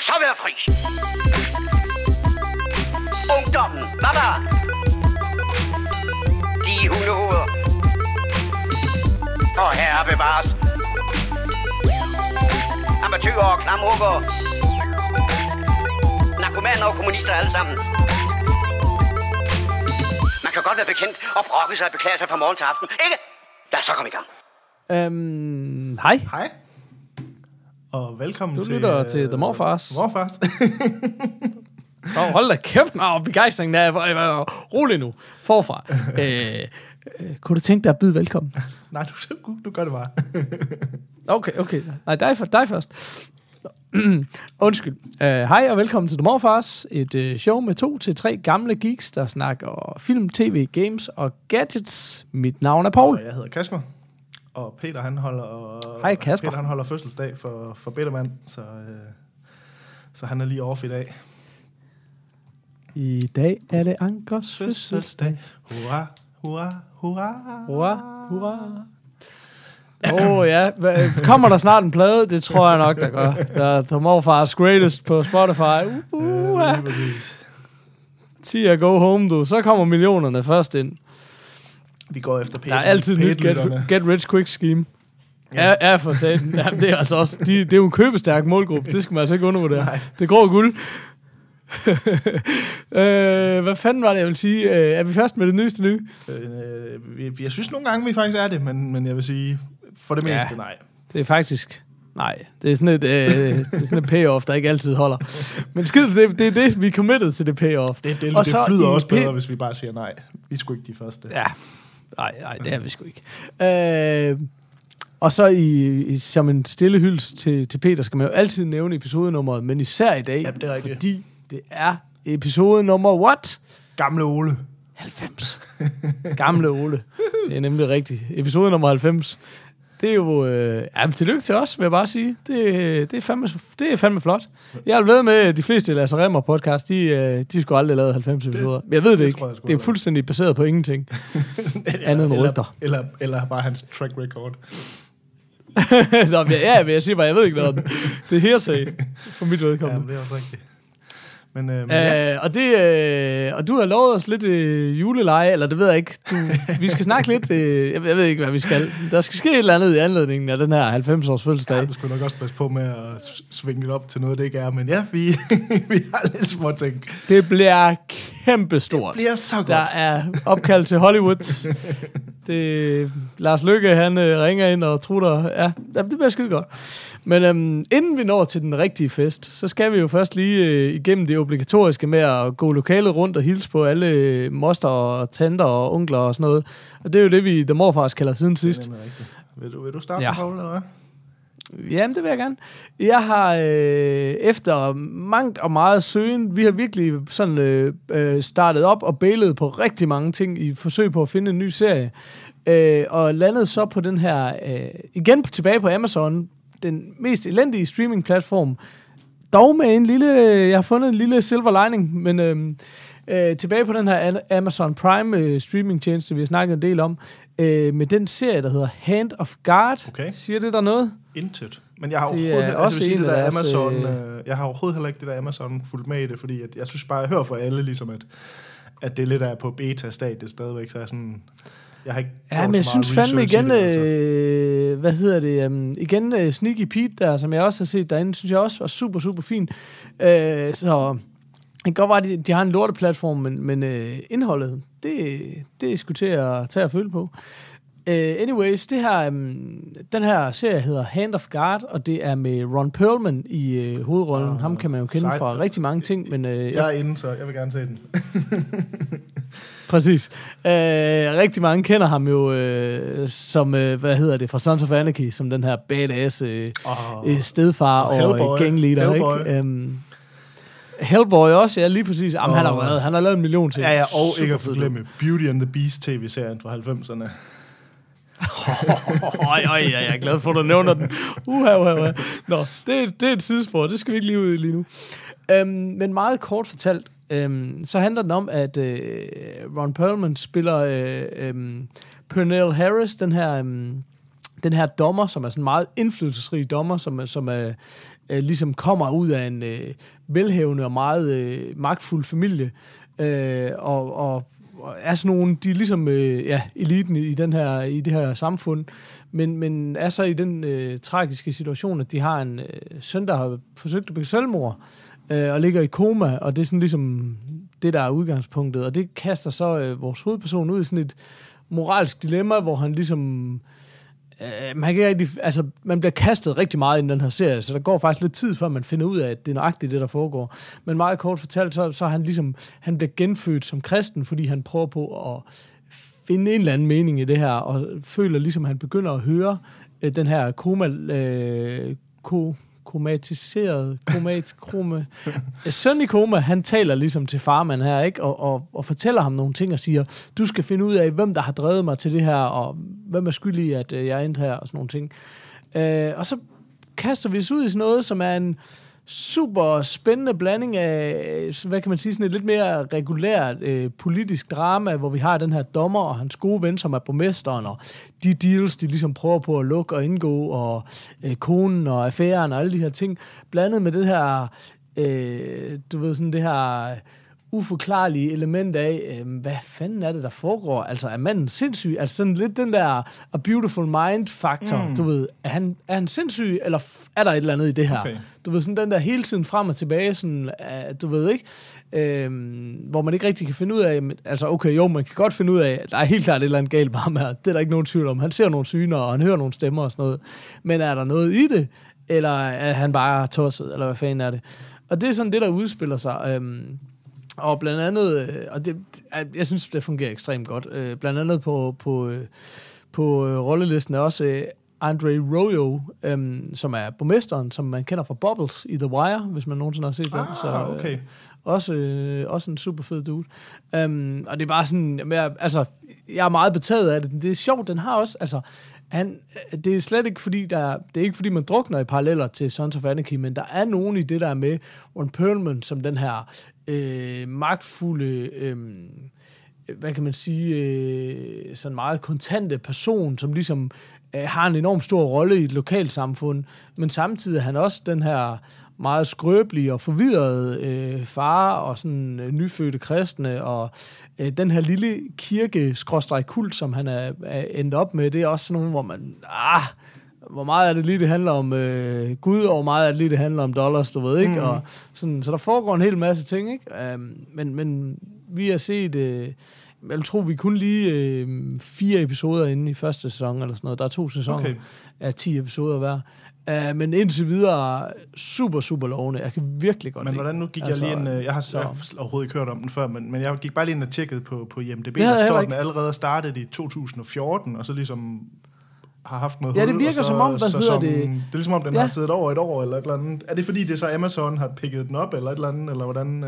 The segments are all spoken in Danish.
det så være fri? Ungdommen, hvad der? De hundehoveder. Og herre bevares. Amatøger og klamrukker. Narkomaner og kommunister alle sammen. Man kan godt være bekendt og brokke sig og beklage sig fra morgen til aften, ikke? Lad os så komme i gang. Hej. Hej. Og velkommen Du til... lytter til The Morfars. Morfars. Hold da kæft, begejstringen der. Rolig nu. Forfra. Kunne du tænke dig at byde velkommen? Nej, du gør det bare. Okay. Nej, dig først. Undskyld. Hej og velkommen til The Morfars. Et show med 2 til 3 gamle geeks, der snakker film, tv, games og gadgets. Mit navn er Paul. Og jeg hedder Kasper. Og Peter, han holder... Hej Kasper. Peter, han holder fødselsdag for Bitterman, så han er lige off i dag. I dag er det Ankers fødselsdag. Hurra, hurra, hurra. Hurra, hurra. Ja, kommer der snart en plade? Det tror jeg nok, der gør. Der er The Morfars Greatest på Spotify. Lige præcis. 10 at go home, du. Så kommer millionerne først ind. Vi går efter Peter. Der er altid nyt get rich quick scheme. Ja, for satan. Ja, det er altså også, det er jo en købestærk målgruppe. Det skal man altså ikke undervurdere. Nej. Det går guld. Hvad fanden var det, jeg vil sige? Er vi først med det nyeste nye? Jeg synes nogle gange, vi faktisk er det, men jeg vil sige, for det meste nej. Det er faktisk... Nej, det er sådan et payoff, der ikke altid holder. Men skidt, det er det, vi er committed til det payoff. Det flyder også bedre, hvis vi bare siger nej. Vi er sgu ikke de første. Ja, nej, det er vi sgu ikke. Og så som en stille hyldest til Peter, skal man jo altid nævne episodenummeret, men især i dag, fordi det er episode nummer what? Gamle Ole. 90. Gamle Ole. Det er nemlig rigtigt. Episode nummer 90. Det er jo... tillykke til os, vil jeg bare sige. Det er fandme flot. Jeg har været med de fleste Lasse Remmer podcast. De skulle aldrig lavet 90 episoder. Men jeg ved det ikke. Det er fuldstændig baseret på ingenting. Andet end rygter. Eller bare hans track record. Nå, ja, vil jeg sige bare, jeg ved ikke noget om det. Det er hearsay for mit vedkommende. Ja, det er også rigtigt. Men, og du har lovet os lidt juleleje, eller det ved jeg ikke. Vi skal snakke lidt. Jeg ved ikke, hvad vi skal. Der skal ske et eller andet i anledningen af den her 90-års fødselsdag. Ja, du skulle nok også passe på med at svinge det op til noget, det ikke er. Men ja, vi har lidt små ting. Det bliver kæmpestort. Det bliver så godt. Der er opkald til Hollywood. Lars Løkke, han ringer ind og trutter. Ja, det bliver skide godt. Men inden vi når til den rigtige fest, så skal vi jo først lige igennem det obligatoriske med at gå lokalet rundt og hilse på alle moster og tanter og onkler og sådan noget. Og det er jo det, vi The Morfars kalder siden sidst. Det er rigtigt. Vil du starte med, Paul, eller hvad? Jamen, det vil jeg gerne. Jeg har efter mangt og meget søgen, vi har virkelig sådan startet op og bailet på rigtig mange ting i forsøg på at finde en ny serie. Og landet så på den her, igen tilbage på Amazon, den mest elendige streaming-platform. Dog med en lille, jeg har fundet en lille silver lining, men tilbage på den her Amazon Prime streaming-tjeneste, vi har snakket en del om, med den serie, der hedder Hand of God. Okay. Siger det der noget? Intet. Men jeg har overhovedet heller ikke det der Amazon fulgt med i det, fordi jeg synes bare, jeg hører fra alle, ligesom at det lidt er på beta-stadiet stadigvæk, så jeg sådan... Jeg har ikke men jeg synes fandme igen, igen Sneaky Pete der, som jeg også har set derinde, synes jeg også var super, super fin. Så det kan godt være, at de har en lorteplatform, men indholdet, det er sgu til at tage og føle på. Anyways, den her serie hedder Hand of God, og det er med Ron Perlman i hovedrollen. Ham kan man jo kende fra rigtig mange ting, men... jeg er inde, så jeg vil gerne se den. Præcis. Rigtig mange kender ham jo som, fra Sons of Anarchy, som den her badass stedfar og gangleader, ikke? Hellboy også, ja, lige præcis. Jamen, han har lavet 1 million til. Ja, og ikke at forglemme Beauty and the Beast tv-serien fra 90'erne. Jeg er glad for, at du nævner den. Nå, det er et sidespor, det skal vi ikke lige ud i lige nu. Men meget kort fortalt, så handler den om, at Ron Perlman spiller Pernell Harris, den her den her dommer, som er sådan en meget indflydelsesrig dommer, som er ligesom kommer ud af en velhævende og meget magtfuld familie, og er sådan nogle, de er ligesom eliten i det her samfund, men er så i den tragiske situation, at de har en søn, der har forsøgt at begå selvmord, og ligger i koma, og det er sådan ligesom det, der er udgangspunktet, og det kaster så vores hovedperson ud i sådan et moralsk dilemma, hvor han ligesom man bliver kastet rigtig meget i den her serie, så der går faktisk lidt tid, før man finder ud af, at det er nøjagtigt det, der foregår. Men meget kort fortalt, så er han ligesom, han bliver genfødt som kristen, fordi han prøver på at finde en eller anden mening i det her, og føler ligesom, at han begynder at høre den her søn i koma, han taler ligesom til farmand her, ikke? Og fortæller ham nogle ting og siger, du skal finde ud af, hvem der har drevet mig til det her, og hvem er skyldig i, at jeg er endt her, og sådan nogle ting. Og så kaster vi os ud i sådan noget, som er en super spændende blanding af, hvad kan man sige, sådan et lidt mere regulært politisk drama, hvor vi har den her dommer og hans gode ven, som er borgmesteren, og de deals, de ligesom prøver på at lukke og indgå, og konen og affæren og alle de her ting, blandet med det her, du ved, sådan det her uforklarlige element af, hvad fanden er det, der foregår? Altså, er manden sindssyg? Altså, sådan lidt den der A Beautiful Mind-faktor, du ved. Er han sindssyg, eller er der et eller andet i det her? Okay. Du ved, sådan den der hele tiden frem og tilbage, sådan, du ved ikke, hvor man ikke rigtig kan finde ud af, altså, okay, jo, man kan godt finde ud af, at der er helt klart et eller andet galt med ham her. Det er der ikke nogen tvivl om. Han ser nogle syner, og han hører nogle stemmer og sådan noget. Men er der noget i det? Eller er han bare tosset? Eller hvad fanden er det? Og det er sådan det, der udspiller sig. Og blandt andet, og jeg synes, det fungerer ekstremt godt. Blandt andet på rollelisten er også Andre Royo, som er borgmesteren, som man kender fra Bubbles i The Wire, hvis man nogensinde har set den. Så okay. Også en super fed dude. Og det er bare sådan, jeg er meget betaget af det. Det er sjovt, den har også, altså, det er slet ikke fordi, det er ikke fordi, man drukner i paralleller til Sons of Anarchy, men der er nogen i det, der er med Ron Perlman, som den her magtfulde, hvad kan man sige, sådan meget kontante person, som ligesom har en enorm stor rolle i et lokalsamfund, men samtidig er han også den her meget skrøbelige og forvirrede far og sådan nyfødte kristne, og den her lille kirke-kult, som han er endt op med, det er også sådan nogle, hvor man, hvor meget er det lige, det handler om Gud, og hvor meget er det lige, det handler om dollars, du ved, ikke? Og sådan, så der foregår en hel masse ting, ikke? Men vi har set, jeg tror, vi kun lige 4 episoder inde i første sæson, eller sådan noget. Der er 2 sæsoner af 10 episoder hver. Men indtil videre, super, super lovende. Jeg kan virkelig godt lide. Men hvordan nu gik jeg lige ind, jeg har overhovedet ikke hørt om den før, men jeg gik bare lige ind og tjekkede på IMDb, der står den allerede startet i 2014, og så ligesom har haft noget hul. Ja, det virker som om, hvad hedder det? Det er ligesom om, den har siddet over et år, eller et eller andet. Er det fordi, det så Amazon har picket den op, eller et eller andet, eller hvordan?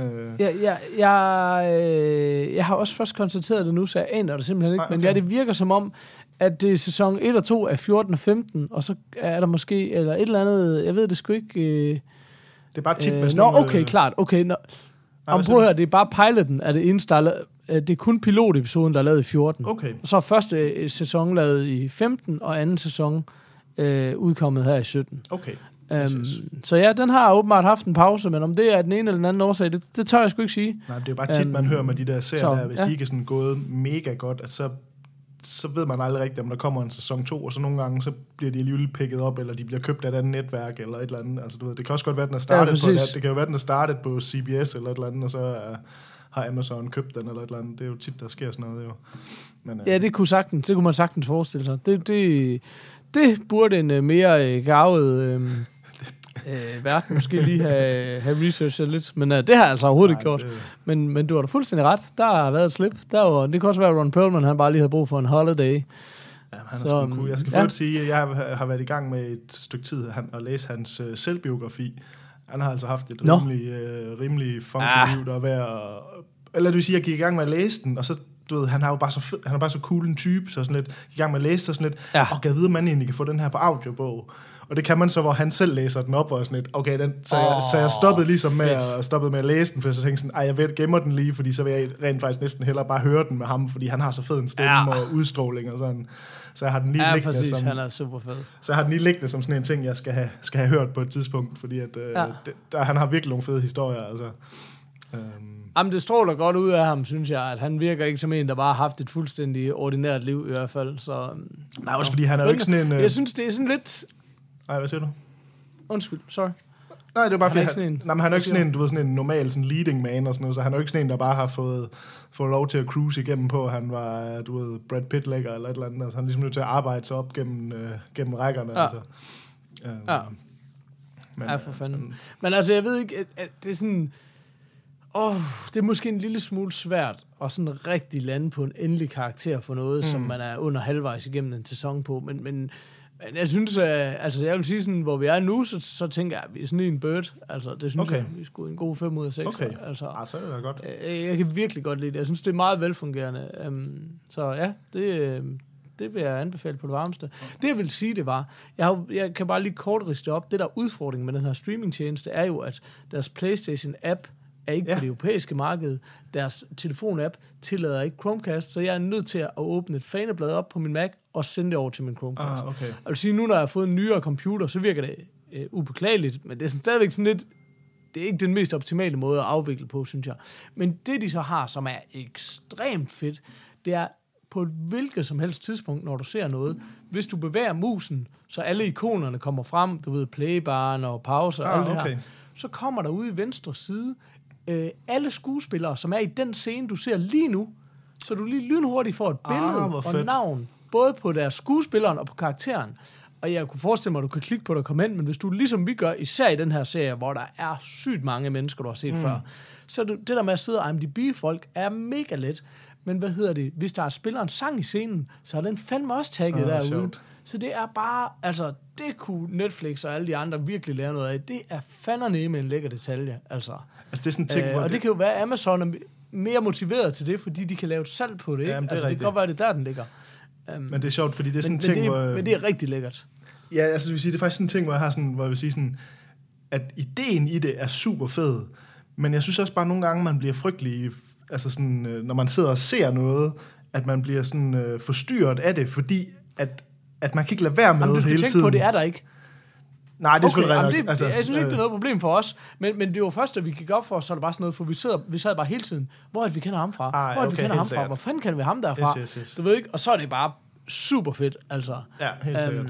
Jeg har også først konstateret det nu, så jeg aner det simpelthen ikke. Men det virker som om, at det er sæson 1 og 2 af 14 og 15, og så er der måske, eller et eller andet, jeg ved det sgu ikke. Det er bare tit med sådan okay, klart. Okay, prøv at høre, det er bare piloten af det eneste, det er kun pilotepisoden, der er lavet i 14. Okay. Og så er første sæson lavet i 15, og anden sæson udkommet her i 17. Okay. Så ja, den har åbenbart haft en pause, men om det er den ene eller den anden årsag, det tør jeg sgu ikke sige. Nej, det er jo bare tit, man hører med de der serier der, hvis de ikke er sådan gået mega godt, at så ved man aldrig rigtigt, om der kommer en sæson 2, og så nogle gange, så bliver de alligevel picket op, eller de bliver købt af et andet netværk, eller et eller andet. Altså, du ved, det kan også godt være, at den er startet det kan jo være, at den er startet på CBS, eller et eller andet, og så har Amazon købt den, eller et eller andet. Det er jo tit, der sker sådan noget, jo. Men, ja, det kunne man sagtens forestille sig. Det burde en mere garvet verden måske lige have researchet lidt. Men det har jeg altså overhovedet ikke gjort. Men du har da fuldstændig ret. Der har været et slip. Det kan også være, at Ron Perlman, han bare lige havde brug for en holiday. Ja, han er så cool. Jeg skal først sige, at jeg har været i gang med et stykke tid at læse hans selvbiografi. Han har altså haft et rimelig funky liv, der er værd. Eller det vil sige, at jeg gik i gang med at læse den, og så du ved, han er bare så cool en type, så sådan lidt, i gang med at læse, så sådan lidt, og gav videre, man egentlig kan få den her på audiobog. Og det kan man så, hvor han selv læser den op, og sådan lidt, okay, så jeg stoppede ligesom med at læse den, for så tænkte sådan, jeg gemmer den lige, fordi så vil jeg rent faktisk næsten hellere bare høre den med ham, fordi han har så fed en stemme og udstråling og sådan. Så jeg har den lige liggende præcis, han er super fed. Så jeg har den lige liggende som sådan en ting, jeg skal have hørt på et tidspunkt, fordi at, han har virkelig nogle fede historier, altså. Jamen, det stråler godt ud af ham, synes jeg, at han virker ikke som en, der bare har haft et fuldstændig ordinært liv i hvert fald. Så, nej, også fordi han er jo ikke sådan en... Jeg synes, det er sådan lidt... Nej, hvad siger du? Undskyld, sorry. Nej, det er bare fordi, han er jo ikke sådan en, du ved, sådan en normal sådan leading man og sådan noget, så han er jo ikke sådan en, der bare har fået lov til at cruise igennem på, han var, du ved, Brad Pitt-lægger eller et eller andet. Altså, han er ligesom nødt til at arbejde sig op gennem rækkerne. Ja. Altså. Men, for fanden. Men altså, jeg ved ikke, at det er sådan... det er måske en lille smule svært at sådan rigtig lande på en endelig karakter for noget, som man er under halvvejs igennem en sæson på, men jeg synes, altså jeg vil sige sådan, hvor vi er nu, så tænker jeg, at vi er sådan en bird. Altså, det synes jeg, vi skulle en god 5 ud af 6. Okay. Altså, så er det da godt. Jeg kan virkelig godt lide det. Jeg synes, det er meget velfungerende. Så ja, det vil jeg anbefale på det varmeste. Det jeg vil sige, det var, jeg kan bare lige kort riste op, det der udfordring med den her streamingtjeneste, er jo, at deres PlayStation-app er ikke på det europæiske marked. Deres telefon-app tillader ikke Chromecast, så jeg er nødt til at åbne et faneblad op på min Mac og sende det over til min Chromecast. Okay. Jeg vil sige, nu når jeg har fået en nyere computer, så virker det ubeklageligt, men det er stadigvæk sådan lidt, det er ikke den mest optimale måde at afvikle på, synes jeg. Men det, de så har, som er ekstremt fedt, det er på et hvilket som helst tidspunkt, når du ser noget, hvis du bevæger musen, så alle ikonerne kommer frem, du ved, playbaren og pause og alt det her, så kommer der ude i venstre side alle skuespillere, som er i den scene, du ser lige nu, så du lige lynhurtigt får et billede og navn, både på deres skuespilleren og på karakteren. Og jeg kunne forestille mig, at du kan klikke på det og komme ind, men hvis du ligesom vi gør, især i den her serie, hvor der er sygt mange mennesker, du har set før, så det der med at sidde og IMDb-folk er mega let. Men hvis der er spilleren sang i scenen, så er den fandme også tagget derude. Sjovt. Så det er bare, altså, det kunne Netflix og alle de andre virkelig lære noget af. Det er fandme med en lækker detalje, altså. Det er sådan ting, og det kan jo være, at Amazon er mere motiveret til det, fordi de kan lave et salg på det, ikke? Jamen, det kan godt være, det der, den ligger. Men det er sjovt, fordi det er sådan en ting, men det er rigtig lækkert. Ja, altså, det vil sige, det er faktisk sådan en ting, hvor jeg har sådan, hvor jeg vil sige sådan, at ideen i det er super fed, men jeg synes også bare nogle gange, man bliver frygtelig, altså sådan, når man sidder og ser noget, at man bliver sådan forstyrret af det, fordi at man kan ikke lade være med hele tiden. Du tænker på, det er der ikke. Nej, det er selvfølgelig rigtig nok. Altså, jeg synes ikke, det er noget problem for os, men det var først, at vi gik op for os, så er det bare sådan noget, for vi sad bare hele tiden, hvor vi kender ham fra, hvor fanden kender vi ham derfra, yes. Du ved ikke, og så er det bare super fedt, altså. Ja, helt sikkert.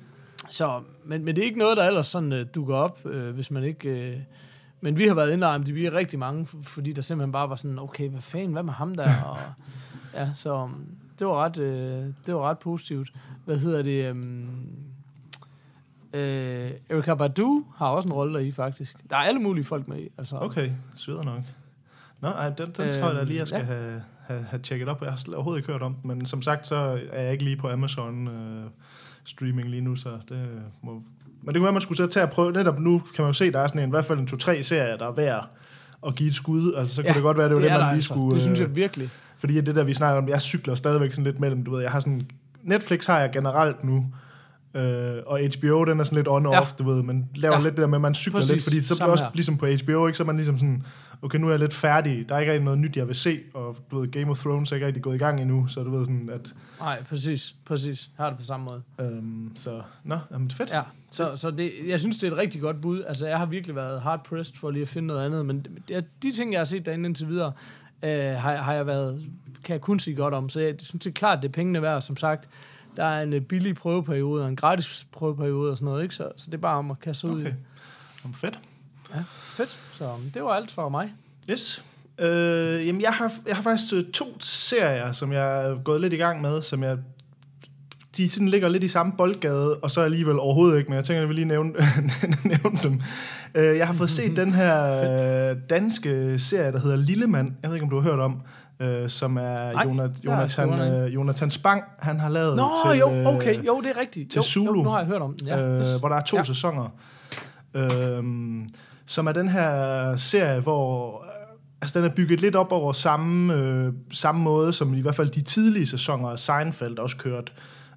Så, men det er ikke noget, der ellers sådan dukker op, hvis man ikke... men vi har været inde og vi er rigtig mange, fordi der simpelthen bare var sådan, okay, hvad med ham der? Og, ja, så det var ret positivt. Erykah Badu har også en rolle der i, faktisk. Der er alle mulige folk med i. Altså. Okay, sveder nok. Nå, den tror jeg da lige, jeg skal have tjekket op. Jeg har overhovedet ikke hørt om den, men som sagt, så er jeg ikke lige på Amazon streaming lige nu, så det må... Men det kunne være, man skulle så tage at prøve. Netop nu kan man jo se, der er sådan i hvert fald 2-3 serier, der er værd at give et skud. Altså, så kunne det godt være, det var det man lige altså skulle... Det synes jeg virkelig. Fordi det der, vi snakker om, jeg cykler stadigvæk sådan lidt mellem, du ved, jeg har sådan... Netflix har jeg generelt nu, og HBO, den er sådan lidt on-off, du ved, men laver lidt det der med, at man cykler lidt, fordi så bliver også ligesom på HBO, ikke, så er man ligesom sådan, okay, nu er jeg lidt færdig, der er ikke rigtig noget nyt, jeg vil se, og du ved, Game of Thrones er ikke rigtig gået i gang endnu, så du ved sådan, at... Nej, præcis, jeg har det på samme måde. Jamen fedt. Ja, så det, jeg synes, det er et rigtig godt bud, altså jeg har virkelig været hard-pressed for lige at finde noget andet, men de ting, jeg har set derinde indtil videre, har jeg været, kan jeg kun sige godt om, så jeg synes, det er klart, det er pengene værd, som sagt. Der er en billig prøveperiode og en gratis prøveperiode og sådan noget, ikke? Så det er bare om at kaste ud i. Fedt. Ja, fedt. Så det var alt for mig. Yes. Jamen, jeg har faktisk 2 serier, som jeg er gået lidt i gang med, som de sådan ligger lidt i samme boldgade, og så alligevel overhovedet ikke, men jeg tænker, jeg vil lige nævne dem. Jeg har fået set den her danske serie, der hedder Lillemand. Jeg ved ikke, om du har hørt om, som er Jonathan Spang, han har lavet til... jo, det er rigtigt. Til Zulu. Nu har jeg hørt om den, hvor der er 2 sæsoner. Som er den her serie, hvor... Altså, den er bygget lidt op over samme måde, som i hvert fald de tidlige sæsoner af Seinfeld også kørt.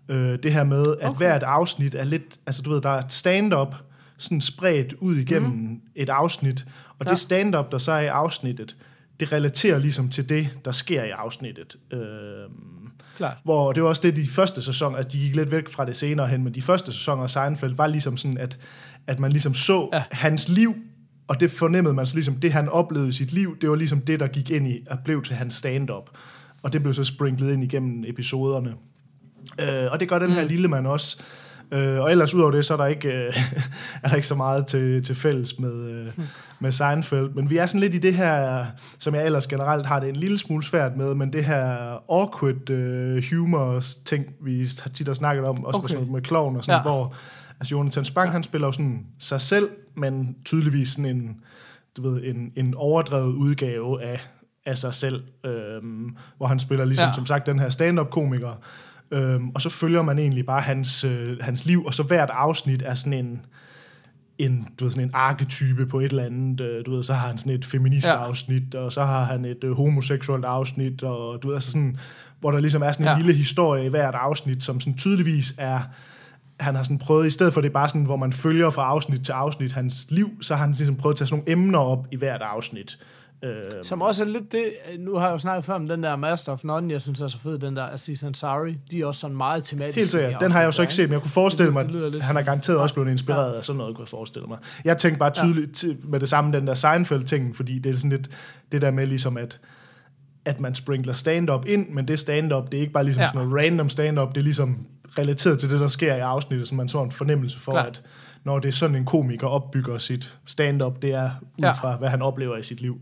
Det her med, at hvert afsnit er lidt, altså du ved, der er et stand-up, sådan spredt ud igennem et afsnit, og det stand-up, der så er i afsnittet, det relaterer ligesom til det, der sker i afsnittet. Klart. Hvor det var også det, de første sæsoner, altså de gik lidt væk fra det senere hen, men de første sæsoner af Seinfeld var ligesom sådan, at man ligesom så hans liv, og det fornemmede man så ligesom, det han oplevede i sit liv, det var ligesom det, der gik ind i, og blev til hans stand-up. Og det blev så sprinklet ind igennem episoderne. Og det gør den her lille mand også. Og ellers udover det, så er der ikke så meget til fælles med Seinfeld. Men vi er sådan lidt i det her, som jeg ellers generelt har det en lille smule svært med, men det her awkward humor-ting, vi tit har snakket om, også med klovn og sådan, hvor altså Jonathan Spang, han spiller jo sådan sig selv, men tydeligvis sådan en overdrevet udgave af sig selv, hvor han spiller ligesom, som sagt, den her stand-up-komiker. Og så følger man egentlig bare hans liv, og så hvert afsnit er sådan sådan en arketype på et eller andet. Du ved, så har han sådan et feminist-afsnit, og så har han et homoseksuelt afsnit, og du ved, altså sådan, hvor der ligesom er sådan en lille historie i hvert afsnit, som sådan tydeligvis er, han har sådan prøvet, i stedet for det bare sådan, hvor man følger fra afsnit til afsnit hans liv, så har han ligesom prøvet at tage sådan nogle emner op i hvert afsnit. Som også er lidt det, nu har jeg jo snakket før om den der Master of None, jeg synes er så fed, den der Aziz Ansari, de er også sådan meget tematiske. Helt sikkert, den har jeg jo så ikke set, men jeg kunne forestille mig, at han har garanteret også blevet inspireret af sådan noget, kunne jeg forestille mig. Jeg tænkte bare tydeligt med det samme, den der Seinfeld-ting, fordi det er sådan lidt det der med ligesom, at man sprinkler stand-up ind, men det stand-up, det er ikke bare ligesom sådan noget random stand-up, det er ligesom relateret til det, der sker i afsnittet, så man får en fornemmelse for, at når det er sådan en komiker opbygger sit stand-up, det er ud fra, hvad han oplever i sit liv.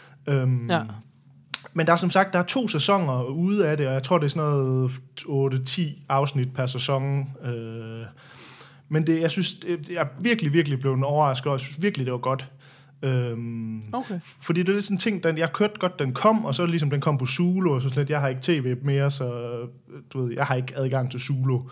Men der er som sagt, der er 2 sæsoner ude af det, og jeg tror, det er sådan noget 8-10 afsnit per sæson. Men det, jeg synes, jeg er virkelig, virkelig blevet overrasket, og jeg synes virkelig, det var godt. Fordi det er sådan en ting, jeg kørte godt, den kom, og så ligesom den kom på Zulu, og så slet, jeg har ikke tv mere, så du ved, jeg har ikke adgang til Zulu.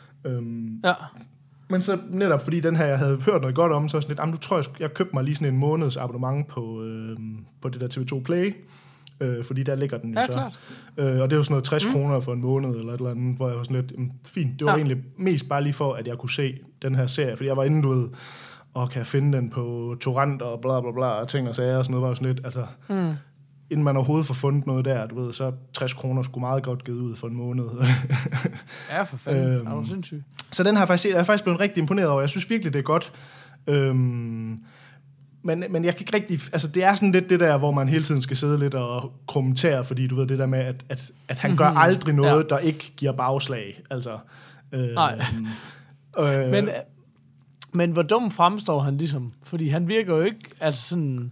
Men så netop fordi den her, jeg havde hørt noget godt om, så sådan lidt, du tror, jeg købte mig lige sådan en måneds abonnement på det der TV2 Play, fordi der ligger den jo så. Klart. Og det er jo sådan noget 60 kroner for en måned, eller et eller andet, hvor jeg var sådan lidt, fint, det var egentlig mest bare lige for, at jeg kunne se den her serie, fordi jeg var inde, du ved, og kan jeg finde den på torrent og bla bla bla, og ting og sager og sådan noget, var jo sådan lidt, altså, inden man overhovedet får fundet noget der, du ved, så 60 kroner skulle meget godt givet ud for en måned. Ja, for fanden. Er du sindssygt? Så den har jeg er faktisk blevet rigtig imponeret over. Jeg synes virkelig, det er godt. Men jeg kan ikke rigtig... Altså, det er sådan lidt det der, hvor man hele tiden skal sidde lidt og kommentere, fordi du ved det der med, at han gør aldrig noget, der ikke giver bagslag. Altså... Nej. Men hvor dum fremstår han ligesom? Fordi han virker jo ikke... Altså sådan...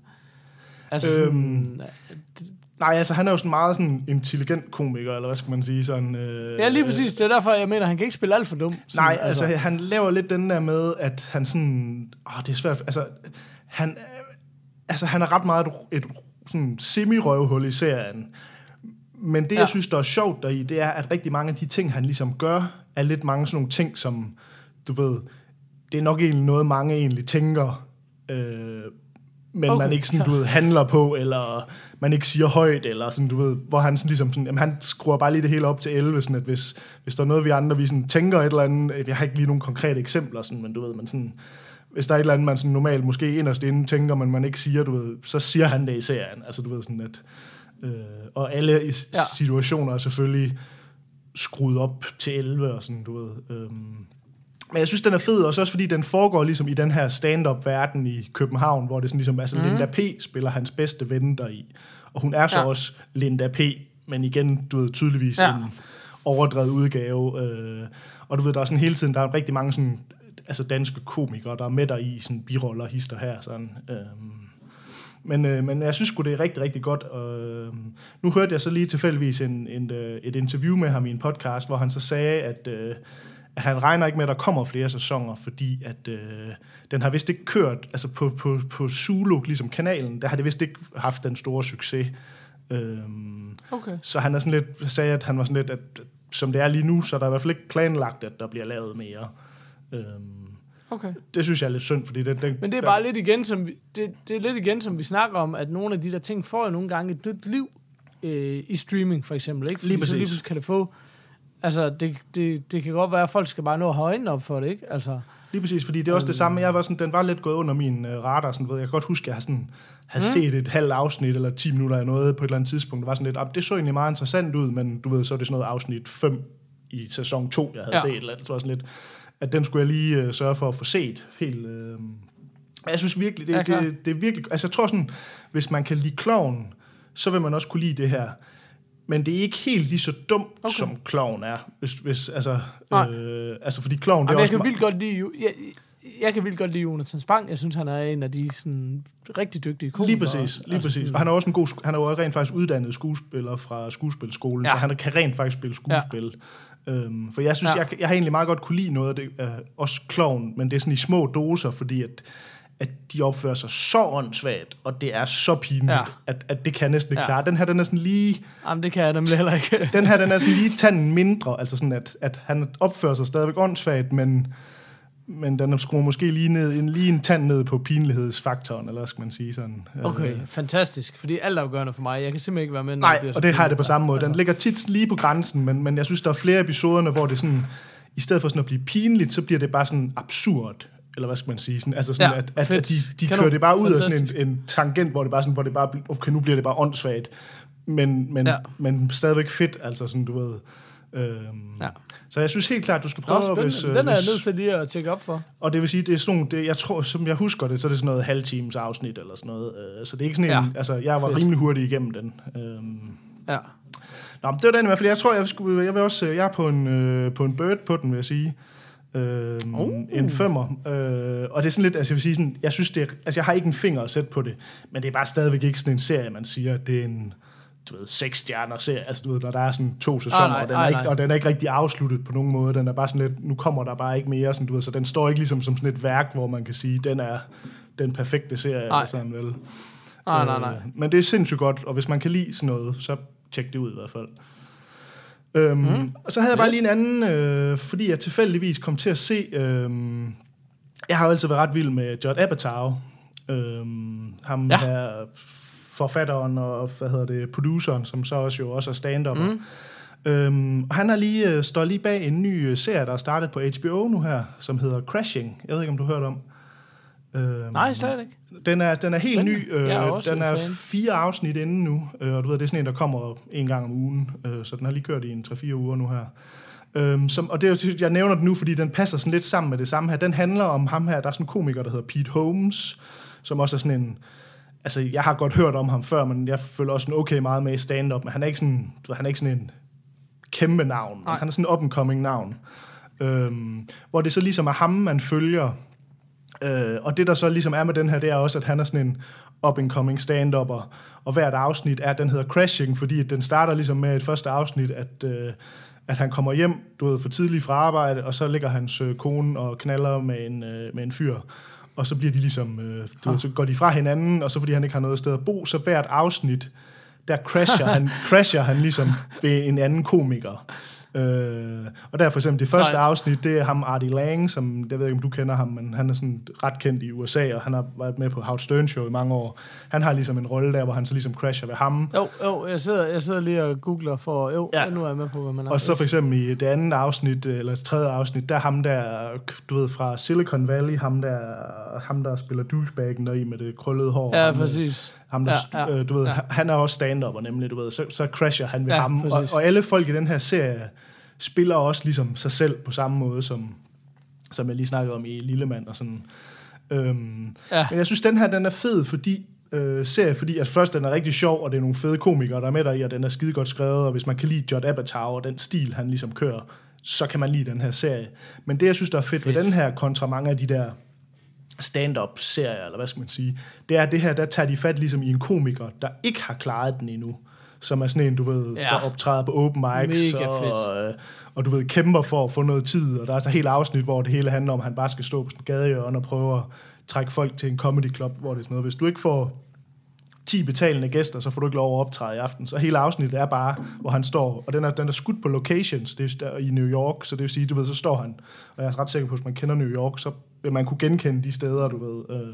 Nej, altså han er jo sådan meget sådan intelligent komiker, eller hvad skal man sige, sådan... Ja, lige præcis. Det er derfor, jeg mener, han kan ikke spille alt for dum. Sådan, nej, altså han laver lidt den der med, at han sådan... det er svært... Altså, han er ret meget et sådan semi-røvhul i serien. Men det, jeg synes, der er sjovt deri, det er, at rigtig mange af de ting, han ligesom gør, er lidt mange sådan nogle ting, som, du ved, det er nok egentlig noget, mange egentlig tænker... men man ikke sådan, du ved, handler på, eller man ikke siger højt, eller sådan, du ved, hvor han sådan ligesom sådan, jamen, han skruer bare lige det hele op til 11, sådan at hvis der er noget, vi andre, vi sådan tænker et eller andet, jeg har ikke lige nogle konkrete eksempler, sådan, men du ved, man sådan, hvis der er et eller andet, man sådan normalt måske inderst inde tænker, men man ikke siger, du ved, så siger han det i serien, altså du ved sådan, at og alle situationer er selvfølgelig skruet op til 11, og sådan, du ved, men jeg synes, den er fed, også fordi den foregår ligesom i den her stand-up-verden i København, hvor det sådan ligesom, altså Linda P. spiller hans bedste ven deri. Og hun er så også Linda P., men igen, du ved, tydeligvis en overdrevet udgave. Og du ved, der er sådan hele tiden, der er rigtig mange sådan, altså danske komikere, der er med der i sådan biroller, hister her, sådan. Men jeg synes sgu, det er rigtig, rigtig godt. Nu hørte jeg så lige tilfældigvis et interview med ham i en podcast, hvor han så sagde, at han regner ikke med, at der kommer flere sæsoner, fordi at den har vist ikke kørt, altså på Zulu, ligesom kanalen, der har det vist ikke haft den store succes. Så han er sådan lidt, sagde, at han var sådan lidt, at som det er lige nu, så er der i hvert fald ikke planlagt, at der bliver lavet mere. Det synes jeg er lidt synd, fordi men det er bare lidt igen, det er lidt igen, som vi snakker om, at nogle af de der ting får jo nogle gange et nyt liv i streaming, for eksempel, ikke? Fordi lige præcis. Så lige pludselig kan det få... Altså, det kan godt være, at folk skal bare nå at have øjnene op for det, ikke? Altså, lige præcis, fordi det er også det samme. Jeg var sådan, den var lidt gået under min radar. Sådan, ved jeg kan godt huske, at jeg havde set et halvt afsnit, eller 10 minutter af noget på et eller andet tidspunkt. Det var sådan lidt, det så egentlig meget interessant ud, men du ved, så er det sådan noget afsnit 5 i sæson 2, jeg havde set. Eller, det var sådan lidt, at den skulle jeg lige sørge for at få set. Helt, jeg synes virkelig, det er virkelig... Altså, jeg tror sådan, hvis man kan lide Klovn, så vil man også kunne lide det her. Men det er ikke helt lige så dumt, som Klovn er. Hvis altså, fordi Klovn... Jeg kan vildt godt lide... Jeg kan vildt godt lide Jonathan Spang. Jeg synes, han er en af de sådan, rigtig dygtige komikere. Lige præcis. Og han er også han er jo rent faktisk uddannet skuespiller fra skuespilskolen, så han kan rent faktisk spille skuespil. Ja. For jeg synes, jeg har egentlig meget godt kunne lide noget af det, også Klovn, men det er sådan i små doser, fordi at de opfører sig så åndssvagt, og det er så pinligt, at det kan jeg næsten ikke klare. Den her, den er sådan lige... Jamen, det kan jeg nemlig heller ikke. Den her, den er sådan lige tanden mindre, altså sådan, at han opfører sig stadigvæk åndssvagt, men den skruer måske lige en tand ned på pinlighedsfaktoren, eller skal man sige sådan. Okay, fantastisk, fordi alt er afgørende for mig. Jeg kan simpelthen ikke være med, når nej, og det har jeg det på samme måde. Den ligger tit lige på grænsen, men jeg synes, der er flere episoderne, hvor det sådan, i stedet for sådan at blive pinligt, så bliver det bare sådan absurd. Eller hvad skal man sige? Sådan, altså sådan, at de kører det bare ud af sådan en tangent, hvor det bare okay, nu bliver det bare åndssvagt, men stadigvæk fedt, altså sådan, du ved. Så jeg synes helt klart, du skal prøve... Den er jeg nødt til lige at tjekke op for. Og det vil sige, det er sådan, jeg tror, som jeg husker det, så er det sådan noget halvtimes afsnit eller sådan noget. Så det er ikke sådan en... Altså, jeg var rimelig hurtig igennem den. Ja. Nå, det var den i hvert fald. Jeg tror, jeg er på en bird på den, vil jeg sige. En 5'er. Og det er sådan lidt, altså jeg vil sige sådan, jeg synes det er, altså jeg har ikke en finger at sætte på det, men det er bare stadigvæk ikke sådan en serie, man siger, at det er en, 6 stjerner serie, altså du ved, når der er sådan 2 sæsoner, og den er ikke rigtig afsluttet på nogen måde, den er bare sådan lidt, nu kommer der bare ikke mere, sådan du ved, så den står ikke ligesom som sådan et værk, hvor man kan sige, den er den perfekte serie, eller sådan vel. Nej. Men det er sindssygt godt, og hvis man kan lide sådan noget, så tjek det ud i hvert fald. Og så havde jeg bare lige en anden, fordi jeg tilfældigvis kom til at se, jeg har jo altid været ret vild med Judd Apatow, ham her forfatteren og produceren, som så også er stand-upper. Og han har står lige bag en ny serie, der er startet på HBO nu her, som hedder Crashing. Jeg ved ikke, om du har hørt om. Nej, slet ikke. Den er helt ny. Den er 4 afsnit inde nu, og du ved, det er sådan en, der kommer en gang om ugen, så den har lige kørt i en 3-4 uger nu her. Og det er, jeg nævner den nu, fordi den passer sådan lidt sammen med det samme her. Den handler om ham her, der er sådan en komiker, der hedder Pete Holmes, som også er sådan en... Altså, jeg har godt hørt om ham før, men jeg føler også sådan okay meget med i stand-up, men han er ikke sådan en kæmpe navn. Han er sådan en up-and-coming navn. Hvor det så ligesom er ham, man følger. Og det, der så ligesom er med den her, det er også, at han er sådan en up-and-coming stand-upper. Og hvert afsnit den hedder Crashing, fordi den starter ligesom med et første afsnit, at han kommer hjem, du ved, for tidligt fra arbejde, og så ligger hans kone og knaller med en fyr. Og så bliver de ligesom, så går de fra hinanden, og så fordi han ikke har noget sted at bo, så hvert afsnit, der crasher han ligesom ved en anden komiker. Og der for eksempel det første afsnit, det er ham Artie Lang, som, jeg ved ikke om du kender ham, men han er sådan ret kendt i USA, og han har været med på Howard Stern Show i mange år. Han har ligesom en rolle der, hvor han så ligesom crasher ved ham. Jo, jeg sidder lige og googler for, nu er jeg med på, hvad man er. Og så for eksempel i det andet afsnit, eller tredje afsnit, der er ham der, du ved, fra Silicon Valley, ham der spiller douchebaggen deri med det krøllede hår. Ja, præcis. Ham der, du ved, han er også stand-upper nemlig, du ved, så crasher han ved ham. Og alle folk i den her serie spiller også ligesom sig selv på samme måde, som jeg lige snakkede om i Lillemand og sådan. Men jeg synes, den her, den er fed, fordi at først den er rigtig sjov, og det er nogle fede komikere, der er med der i, og den er skide godt skrevet, og hvis man kan lide Judd Apatow og den stil, han ligesom kører, så kan man lide den her serie. Men det, jeg synes, der er fedt ved den her, kontra mange af de der stand-up-serier, eller hvad skal man sige, det er det her, der tager de fat ligesom i en komiker, der ikke har klaret den endnu, som er sådan en, du ved, der optræder på open mics, og du ved, kæmper for at få noget tid, og der er et helt afsnit, hvor det hele handler om, at han bare skal stå på sådan en gadehjørne og prøve at trække folk til en comedy club, hvor det er sådan noget, hvis du ikke får 10 betalende gæster, så får du ikke lov at optræde i aften. Så hele afsnittet er bare, hvor han står, og den er skudt på locations, det er der i New York, så det vil sige, du ved, så står han, og jeg er ret sikker på, at hvis man kender New York, så vil man kunne genkende de steder, du ved.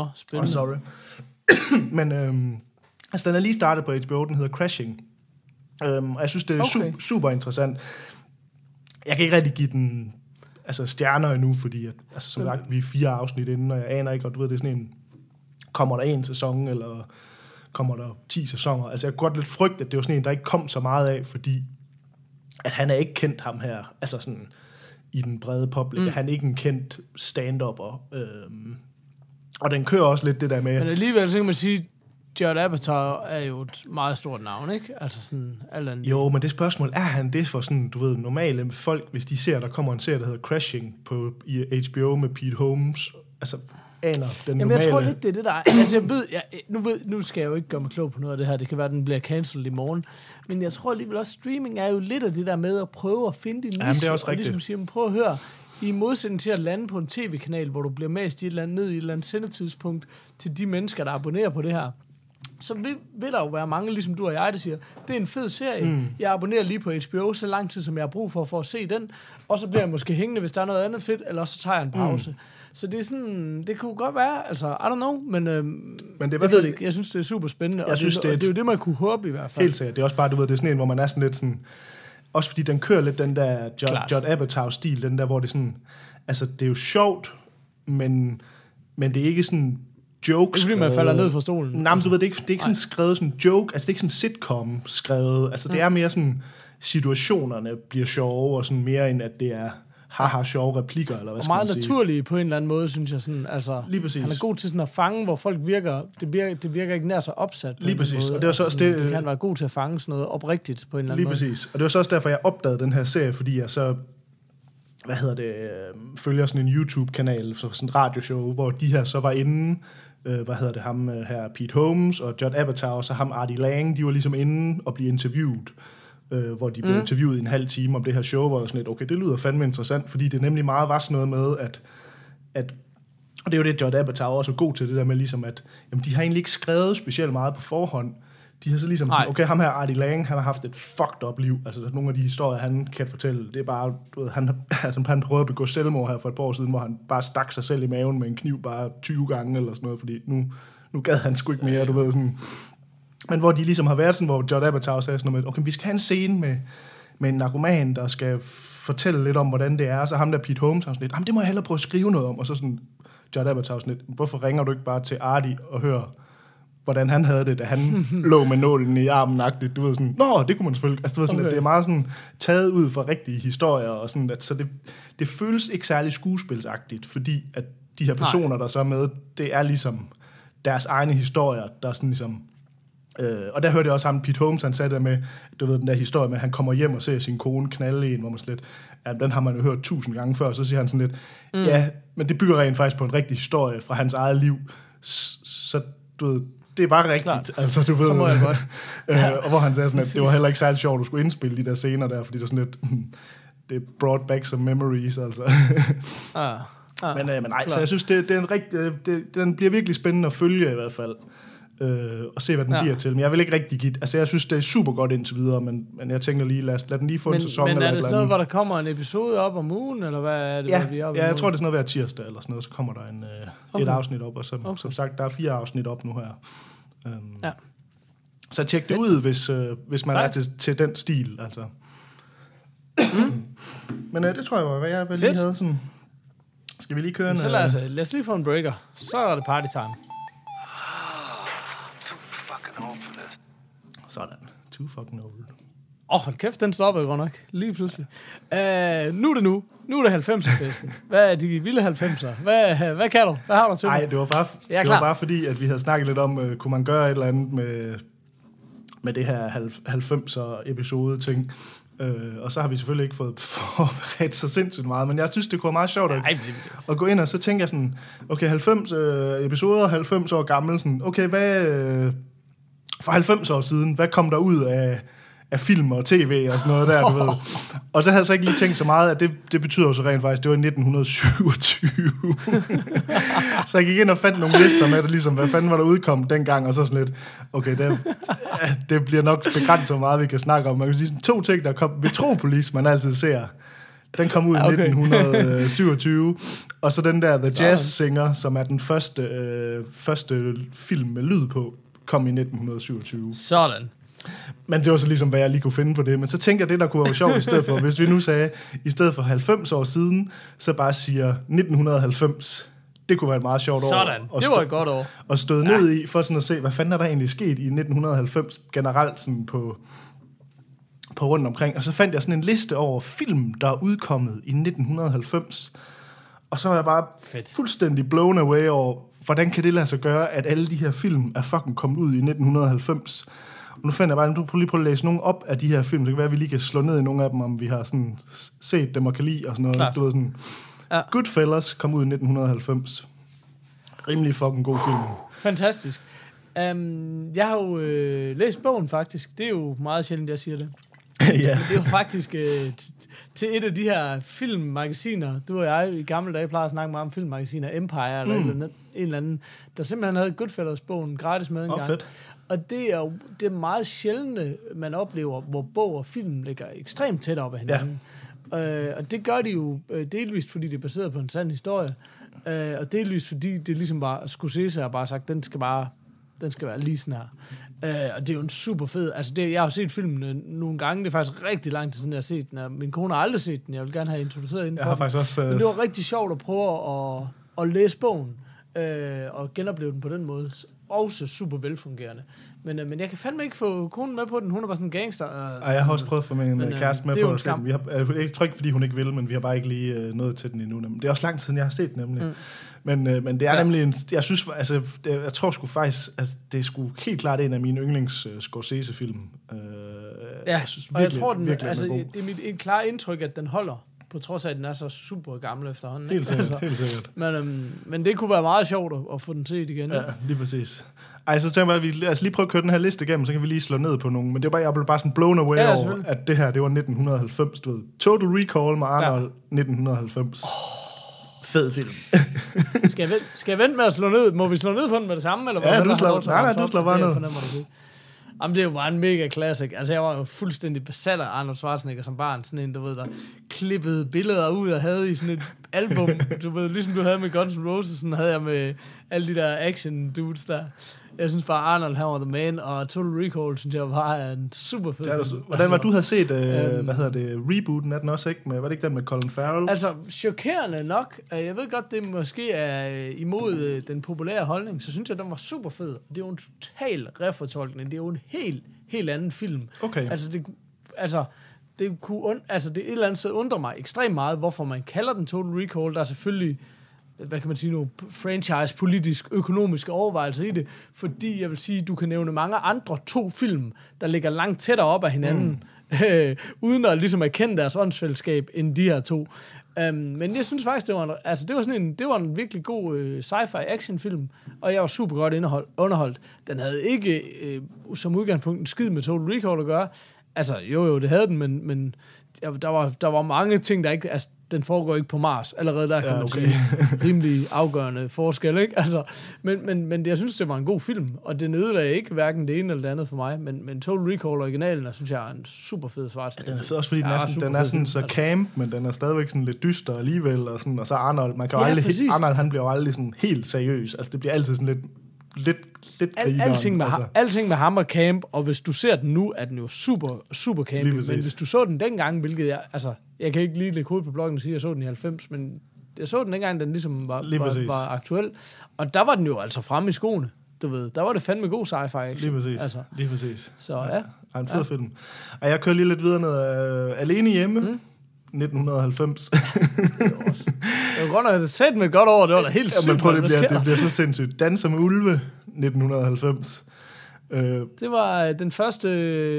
Spændende. Sorry. Men altså, den er lige startet på HBO, den hedder Crashing. Og jeg synes, det er super interessant. Jeg kan ikke rigtig give den stjerner endnu, fordi at, som sagt, vi er 4 afsnit inden, og jeg aner ikke, og du ved, det er sådan en, kommer der 1 sæson, eller kommer der 10 sæsoner? Altså, jeg kunne godt lidt frygte, at det var sådan en, der ikke kom så meget af, fordi at han er ikke kendt ham her, altså sådan i den brede publik. Han er ikke en kendt stand-upper. Og den kører også lidt det der med... Men alligevel, så kan man sige, Judd Apatow er jo et meget stort navn, ikke? Altså sådan alt andet. Jo, men det spørgsmål, er han det for sådan, du ved, normale folk, hvis de ser, der kommer en serie, der hedder Crashing i HBO med Pete Holmes, altså aner den normale... Jeg tror lidt, det er det, der er... Altså, jeg ved, nu skal jeg jo ikke gøre mig klog på noget af det her, det kan være, at den bliver cancelled i morgen, men jeg tror alligevel også, streaming er jo lidt af det der med at prøve at finde din niche, det er også og ligesom siger, prøv at høre, i modsætning til at lande på en tv-kanal, hvor du bliver mast i et eller andet, ned i et eller andet sendetidspunkt til de mennesker, der abonnerer på det her, så vil der jo være mange, ligesom du og jeg, der siger, det er en fed serie, jeg abonnerer lige på HBO så lang tid, som jeg har brug for at se den, og så bliver jeg måske hængende, hvis der er noget andet fedt, eller så tager jeg en pause. Så det er sådan, det kunne godt være, altså, I don't know, men det jeg ved det ikke, jeg synes, det er super spændende, og det er jo det, man kunne håbe i hvert fald. Helt sikkert, det er også bare, du ved, det er sådan en, hvor man er sådan lidt sådan, også fordi den kører lidt den der Judd Apatow-stil, den der, hvor det er sådan, altså, det er jo sjovt, men det er ikke sådan jokes. Det er fordi, man falder ned fra stolen. Nej, men du ved, det er ikke sådan skrevet sådan joke, altså det er ikke sådan sitcom skrevet, altså det er mere sådan, situationerne bliver sjove, og sådan mere end, at det er haha sjove replikker, eller hvad skal man sige. Og meget naturlige på en eller anden måde, synes jeg sådan, altså, lige præcis. Han er god til sådan at fange, hvor folk det virker ikke nær så opsat på lige præcis. Og det var så også det kan være god til at fange sådan noget oprigtigt på en eller anden måde. Lige præcis. Og det var så også derfor, jeg opdagede den her serie, fordi jeg så følger sådan en YouTube-kanal, så sådan et radioshow, hvor de her så var inde, ham her, Pete Holmes og Judd Apatow, og så ham Artie Lang, de var ligesom inde og blive interviewet, hvor de blev interviewet i en halv time om det her show, hvor sådan lidt, okay, det lyder fandme interessant, fordi det nemlig meget var sådan noget med, at og det er jo det, Judd Apatow også er god til, det der med ligesom, at jamen, de har egentlig ikke skrevet specielt meget på forhånd. De har så ligesom, okay, ham her Artie Lang, han har haft et fucked up liv. Altså, nogle af de historier, han kan fortælle, det er bare, du ved, han prøvede at begå selvmord her for et par år siden, hvor han bare stak sig selv i maven med en kniv bare 20 gange eller sådan noget, fordi nu gad han sgu ikke mere, du ved, sådan. Men hvor de ligesom har været sådan, hvor Judd Apatow sagde sådan noget, okay, vi skal have en scene med en narkoman, der skal fortælle lidt om, hvordan det er, så ham der Pete Holmes, han sådan lidt, jamen det må jeg hellere prøve at skrive noget om, og så sådan, Judd Apatow sådan lidt, hvorfor ringer du ikke bare til Artie og hører, hvordan han havde det, da han lå med nålen i armen-agtigt, du ved sådan, nå, det kunne man selvfølgelig, altså du ved sådan, at det er meget sådan taget ud fra rigtige historier, og sådan, at så det føles ikke særlig skuespilsagtigt, fordi at de her personer, der så er med, det er ligesom deres egne historier, der er sådan ligesom, og der hørte jeg også ham, Pete Holmes, han sagde der med, du ved, den der historie med, at han kommer hjem og ser sin kone knalde en, hvor man slet, ja, den har man jo hørt 1000 gange før, så siger han sådan lidt, ja, men det bygger rent faktisk på en rigtig historie fra hans eget liv, så du ved, det er bare rigtigt, klart. Altså du ved, må jeg godt. Og hvor han sagde sådan, at det var heller ikke særlig sjovt, at du skulle indspille de der scener der, fordi det var sådan lidt, det brought back some memories, altså. Men nej, klar. Så jeg synes, det er en den bliver virkelig spændende at følge i hvert fald, og se, hvad den bliver til. Men jeg vil ikke rigtig give, altså jeg synes, det er super godt indtil videre, men jeg tænker lige, lad den lige få en sæson. Men er det sådan noget, hvor der kommer en episode op om ugen, eller hvad er det, vi er oppe? Ja, jeg tror, det er sådan noget hver tirsdag, eller sådan noget, så kommer der et afsnit op, og som sagt, der er 4 afsnit op nu her. Så tjek det ud, hvis man er til den stil, altså. Men det tror jeg var, hvad jeg lige havde sådan. Skal vi lige køre en... Så lad os lige få en breaker. Så er det party time. Sådan. Too fucking old. Hold kæft, den stopper godt nok. Lige pludselig. Nu er det 90'er-festen. Hvad er de vilde 90'er? Hvad kan du? Hvad har du til mig? Nej, det var bare fordi, at vi havde snakket lidt om, kunne man gøre et eller andet med det her 90'er-episode ting. Og så har vi selvfølgelig ikke fået forberedt så sindssygt meget, men jeg synes, det kunne være meget sjovt at gå ind, og så tænker jeg sådan, okay, 90 episoder, 90 år gammel, sådan, okay, hvad... For 90 år siden, hvad kom der ud af film og tv og sådan noget der, du ved. Og så havde jeg så ikke lige tænkt så meget, at det betyder jo så rent faktisk, det var i 1927. Så jeg gik ind og fandt nogle lister med det, ligesom, hvad fanden var der udkommet dengang, og så sådan lidt, okay, det bliver nok begrænset, hvor meget vi kan snakke om. Man kan sige sådan 2 ting, der kom, Metropolis, man altid ser. Den kom ud i 1927, og så den der The Jazz Singer, som er den første film med lyd på, kom i 1927. Sådan. Men det var så ligesom, hvad jeg lige kunne finde på det. Men så tænker jeg, det der kunne være sjovt i stedet for, hvis vi nu sagde, i stedet for 90 år siden, så bare siger 1990. Det kunne være et meget sjovt år. Sådan, det var et godt år. Og støde ned i, for sådan at se, hvad fanden er der egentlig sket i 1990 generelt sådan på rundt omkring. Og så fandt jeg sådan en liste over film, der er udkommet i 1990. Og så var jeg bare fuldstændig blown away over, hvordan kan det lade sig gøre, at alle de her film er fucking kommet ud i 1990. Og nu fandt jeg bare, du lige prøve at læse nogle op af de her film. Det kan være, at vi lige kan slå ned i nogle af dem, om vi har sådan set dem og kan lide og sådan noget. Klart. Du ved sådan, Goodfellas kom ud i 1990. Rimelig fucking god film. Fantastisk. Jeg har jo læst bogen faktisk. Det er jo meget sjældent, jeg siger det. Ja. Men det er jo faktisk til et af de her filmmagasiner. Du og jeg i gamle dage plejede at snakke meget om filmmagasiner. Empire eller en eller anden, der simpelthen havde Goodfellas-bogen gratis med en gang. Fedt. Og det er meget sjældent, man oplever, hvor bog og film ligger ekstremt tæt op ad hinanden. Ja. Og det gør de jo delvist, fordi det er baseret på en sand historie. Og delvist, fordi det ligesom bare Scorsese har bare sagt, den skal være lige sådan her. Og det er jo en super fed... Altså, jeg har set filmen nogle gange. Det er faktisk rigtig lang tid siden, jeg har set den. Min kone har aldrig set den. Jeg vil gerne have introduceret den. Jeg har faktisk også... Men det var rigtig sjovt at prøve at læse bogen. Og genopleve den på den måde. Også super velfungerende. Men jeg kan fandme ikke få konen med på den. Hun er bare sådan en gangster. Og jeg har også prøvet at få min kæreste med på at se den. Jeg tror ikke, fordi hun ikke vil, men vi har bare ikke lige nået til den endnu. Det er også lang tid siden, jeg har set den nemlig. Men det er nemlig en... Jeg synes, altså... Jeg tror sgu faktisk... Altså, det er sgu helt klart en af mine yndlings Scorsese-film. Jeg synes virkelig, jeg tror, virkelig, det er mit klare indtryk, at den holder. På trods af, at den er så super gammel efterhånden. Helt sikkert. Men det kunne være meget sjovt at få den set igen. Ja, lige præcis. Ej, så tænker jeg, at vi lige prøve at køre den her liste igennem, så kan vi lige slå ned på nogle. Men det var bare, jeg blev bare sådan blown away over, at det her, det var 1990, du ved. Total Recall med Arnold, 1990. Fed film. Skal jeg vente med at slå ned? Må vi slå ned på den med det samme? Eller ja, du slår bare ned. Jamen, det er jo bare en mega classic. Altså, jeg var jo fuldstændig besat af Arnold Schwarzenegger som barn. Sådan en, du ved, der klippede billeder ud og havde i sådan et album. Du ved, ligesom du havde med Guns N' Roses, sådan havde jeg med alle de der action dudes der. Jeg synes bare, Arnold, han var the man, og Total Recall, synes jeg bare er en super fed film. Hvordan var du havde set, rebooten af den også, ikke? Var det ikke den med Colin Farrell? Altså, chokerende nok. Jeg ved godt, det måske er imod den populære holdning, så synes jeg, den var super fed. Det er jo en total refortolkning. Det er jo en helt anden film. Okay. Det kunne det et eller andet sted undrer mig ekstremt meget, hvorfor man kalder den Total Recall. Der er selvfølgelig, hvad kan man sige nu, franchise-politisk, økonomiske overvejelser i det, fordi jeg vil sige, du kan nævne mange andre 2 film, der ligger langt tættere op af hinanden, uden at ligesom erkende deres åndsfællesskab end de her 2. Men jeg synes faktisk, det var en virkelig god sci-fi actionfilm, og jeg var super godt underholdt. Den havde ikke som udgangspunkt en skid med Total Recall at gøre. Altså, jo, det havde den, men der var mange ting, der ikke... Altså, den foregår ikke på Mars. Allerede der kan man sige rimelig afgørende forskel, ikke? Altså, men jeg synes, det var en god film, og det ødelagde ikke hverken det ene eller det andet for mig, men Total Recall originalen, synes jeg, er en super fed Schwarzenegger. Ja, den er fed også, fordi den er sådan så camp, men den er stadigvæk sådan lidt dyster alligevel, og så Arnold, man kan jo aldrig... Arnold, han bliver jo aldrig sådan helt seriøs. Altså, det bliver altid sådan lidt grineren. Alting med ham og camp, og hvis du ser den nu, er den jo super, super campy. Men hvis du så den dengang, hvilket jeg kan ikke lige lægge hovedet på bloggen og sige, at jeg så den i 90, men jeg så den dengang, den ligesom var aktuel. Og der var den jo altså fremme i skoene. Du ved, der var det fandme god sci-fi action. Lige præcis. Så ja. En fed film. Og jeg kører lige lidt videre ned Alene hjemme. 1990. Det var godt nok, at det sæt med et godt år, det var da helt sygt. Men prøv, det bliver så sindssygt. Danser med ulve, 1990. Det var den første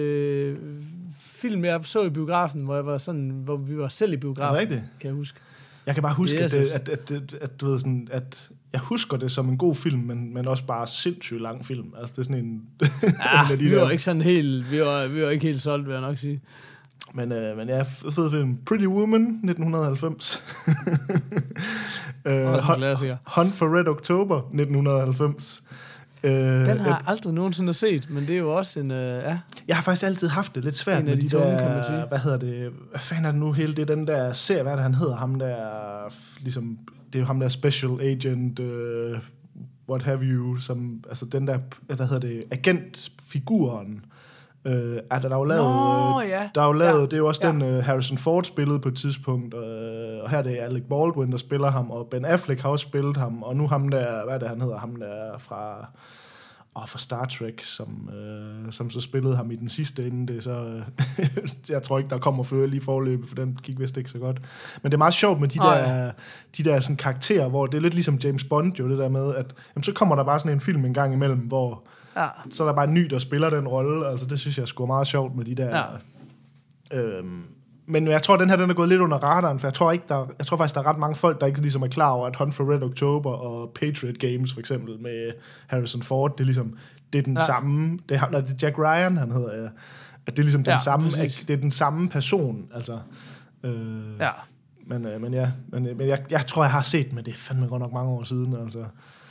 film, jeg så i biografen, hvor vi var selv i biografen. Er det rigtigt? Kan jeg huske. Jeg kan bare huske, at du ved sådan, at jeg husker det som en god film, men også bare sindssygt lang film. Altså, det er sådan en... vi var ikke sådan helt... Vi var ikke helt solgt, vil jeg nok sige. Men ja, fed film. Pretty Woman, 1990. Hunt for Red October, 1990. Den har jeg aldrig nogensinde set, men det er jo også en... Jeg har faktisk altid haft det lidt svært med de der... Kan man sige. Hvad hedder det? Hvad fanden er det nu hele? Det er den der serie, hvad er det, han hedder? Ham der... Ligesom, det er jo ham der Special Agent... what have you, som... Altså den der... Hvad hedder det? Agentfiguren... Der er jo lavet, det er jo også den Harrison Ford spillede på et tidspunkt, og her er det Alec Baldwin, der spiller ham, og Ben Affleck har også spillet ham, og nu ham der, hvad er det han hedder, ham der fra Star Trek, som så spillede ham i den sidste ende, det så jeg tror ikke, der kommer før lige forløbet, for den gik vist ikke så godt. Men det er meget sjovt med de der sådan karakterer, hvor det er lidt ligesom James Bond, jo det der med, at jamen, så kommer der bare sådan en film en gang imellem, hvor så er der bare en ny, der spiller den rolle, altså det synes jeg sgu er meget sjovt med de der... Men jeg tror, den her den er gået lidt under radaren, for jeg tror faktisk, der er ret mange folk, der ikke ligesom er klar over, at Hunt for Red October og Patriot Games, for eksempel, med Harrison Ford, det er ligesom, det er den samme, det er Jack Ryan, han hedder, at det er ligesom den samme, det er den samme person, altså. Men jeg tror, jeg har set med det, fandme godt nok mange år siden, altså.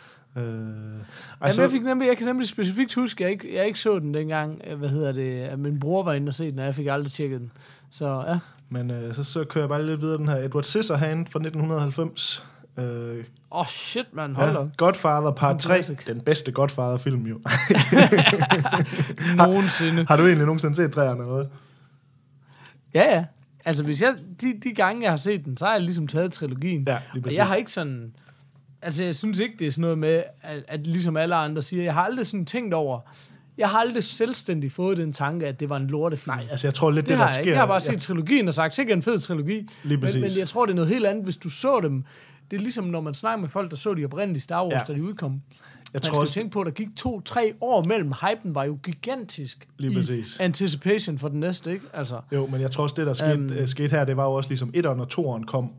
Jeg kan nemlig specifikt huske, jeg ikke så den dengang, at min bror var inde og se den, og jeg fik aldrig tjekket den. Så ja. Men så kører jeg bare lidt videre, den her Edward Scissorhands fra 1990. Shit, man, hold op. Godfather Part 3, den bedste Godfather-film jo. Nogensinde. Har du egentlig nogensinde set 3'erne eller noget? Ja. Altså, hvis jeg, de gange, jeg har set den, så har jeg ligesom taget trilogien. Ja, og jeg har ikke sådan... Altså, jeg synes ikke, det er sådan noget med, at ligesom alle andre siger, jeg har aldrig sådan tænkt over... Jeg har aldrig selvstændigt fået den tanke, at det var en lortefilm. Nej, altså jeg tror lidt, det der sker... Jeg har bare set trilogien og sagt, sikkert en fed trilogi. Men jeg tror, det er noget helt andet, hvis du så dem. Det er ligesom, når man snakker med folk, der så de oprindelige Star Wars, da de udkom. Jeg tror også tænke på, at der gik 2-3 år mellem. Hypen var jo gigantisk i anticipation for den næste, ikke? Altså. Jo, men jeg tror også, det der skete her, det var jo også ligesom 1'eren og 2'eren kom.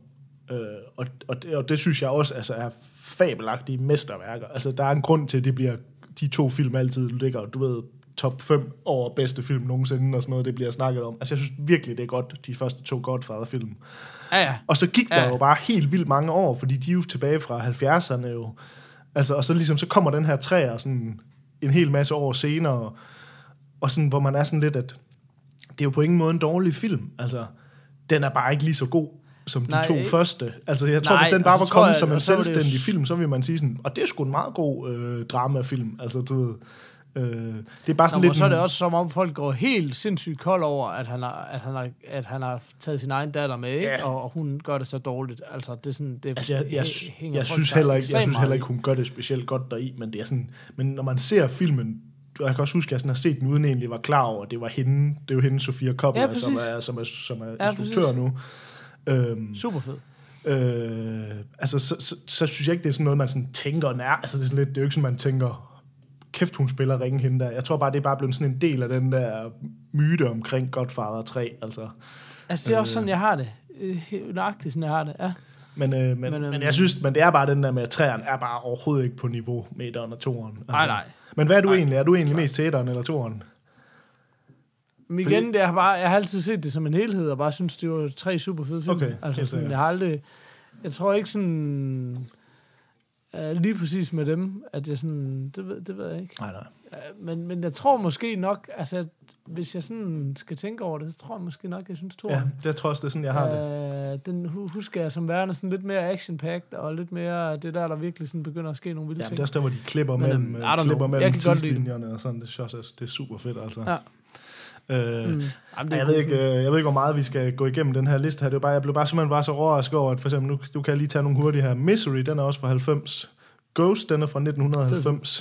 Og det synes jeg også altså, er fabelagtige mesterværker. Altså, der er en grund til, at det bliver... De 2 film altid ligger, du ved, top 5 over bedste film nogensinde, og sådan noget, det bliver snakket om. Altså, jeg synes virkelig, det er godt, de første 2 Godfather-film. Ja. Og så gik der jo bare helt vildt mange år, fordi de er jo tilbage fra 70'erne jo. Altså, og så ligesom, så kommer den her 3'er sådan en hel masse år senere, og sådan, hvor man er sådan lidt, at det er jo på ingen måde en dårlig film. Altså, den er bare ikke lige så god som de 2 første. Altså, jeg tror, hvis den bare var kommet som en selvstændig film, så vil man sige sådan, og det er sgu en meget god dramafilm. Altså, du ved, det er bare sådan lidt... Så er det også som om folk går helt sindssygt kold over, at han har taget sin egen datter med, ikke? Og hun gør det så dårligt. Altså, det er sådan... Det altså, jeg synes heller ikke, hun gør det specielt godt deri, men det er sådan... Men når man ser filmen, jeg kan også huske, at jeg sådan har set den, uden egentlig var klar over, at det var hende. Det er jo hende, Sofia Coppola, som er instruktør nu. Super fed. Altså, så synes jeg ikke, det er sådan noget, man sådan tænker altså, det er sådan lidt, det er jo ikke sådan, man tænker, kæft, hun spiller ringen hende der. Jeg tror bare, det er bare blevet sådan en del af den der myte omkring Godfather 3, altså. Altså, det er også sådan, jeg har det. Nøjagtigt sådan, jeg har det, ja. Men jeg synes, men det er bare den der med, at 3'eren er bare overhovedet ikke på niveau med 1'eren og 2'eren. Altså. Nej. Men hvad er du egentlig? Er du egentlig mest til 1'eren eller 2'eren? Men igen, jeg har altid set det som en helhed, og bare synes, det var 3 super fede film. Okay, altså, sådan, jeg tror ikke sådan, lige præcis med dem, at jeg sådan, det ved jeg ikke. Nej. Men jeg tror måske nok, altså, hvis jeg sådan skal tænke over det, så tror jeg måske nok, jeg synes 2'eren. Ja, det tror jeg også, det er sådan, jeg har det. Den husker jeg som værende sådan lidt mere action-packed, og lidt mere det der virkelig sådan begynder at ske nogle vilde ting. Det er også der, hvor de klipper mellem tidslinjerne, og sådan, det synes jeg også, det er super fedt, altså. Ja. Jeg ved ikke, hvor meget vi skal gå igennem den her liste her. Jeg blev simpelthen bare så overrasket over, at for eksempel, du kan lige tage nogle hurtige her. Misery, den er også fra 90. Ghost, den er fra 1990.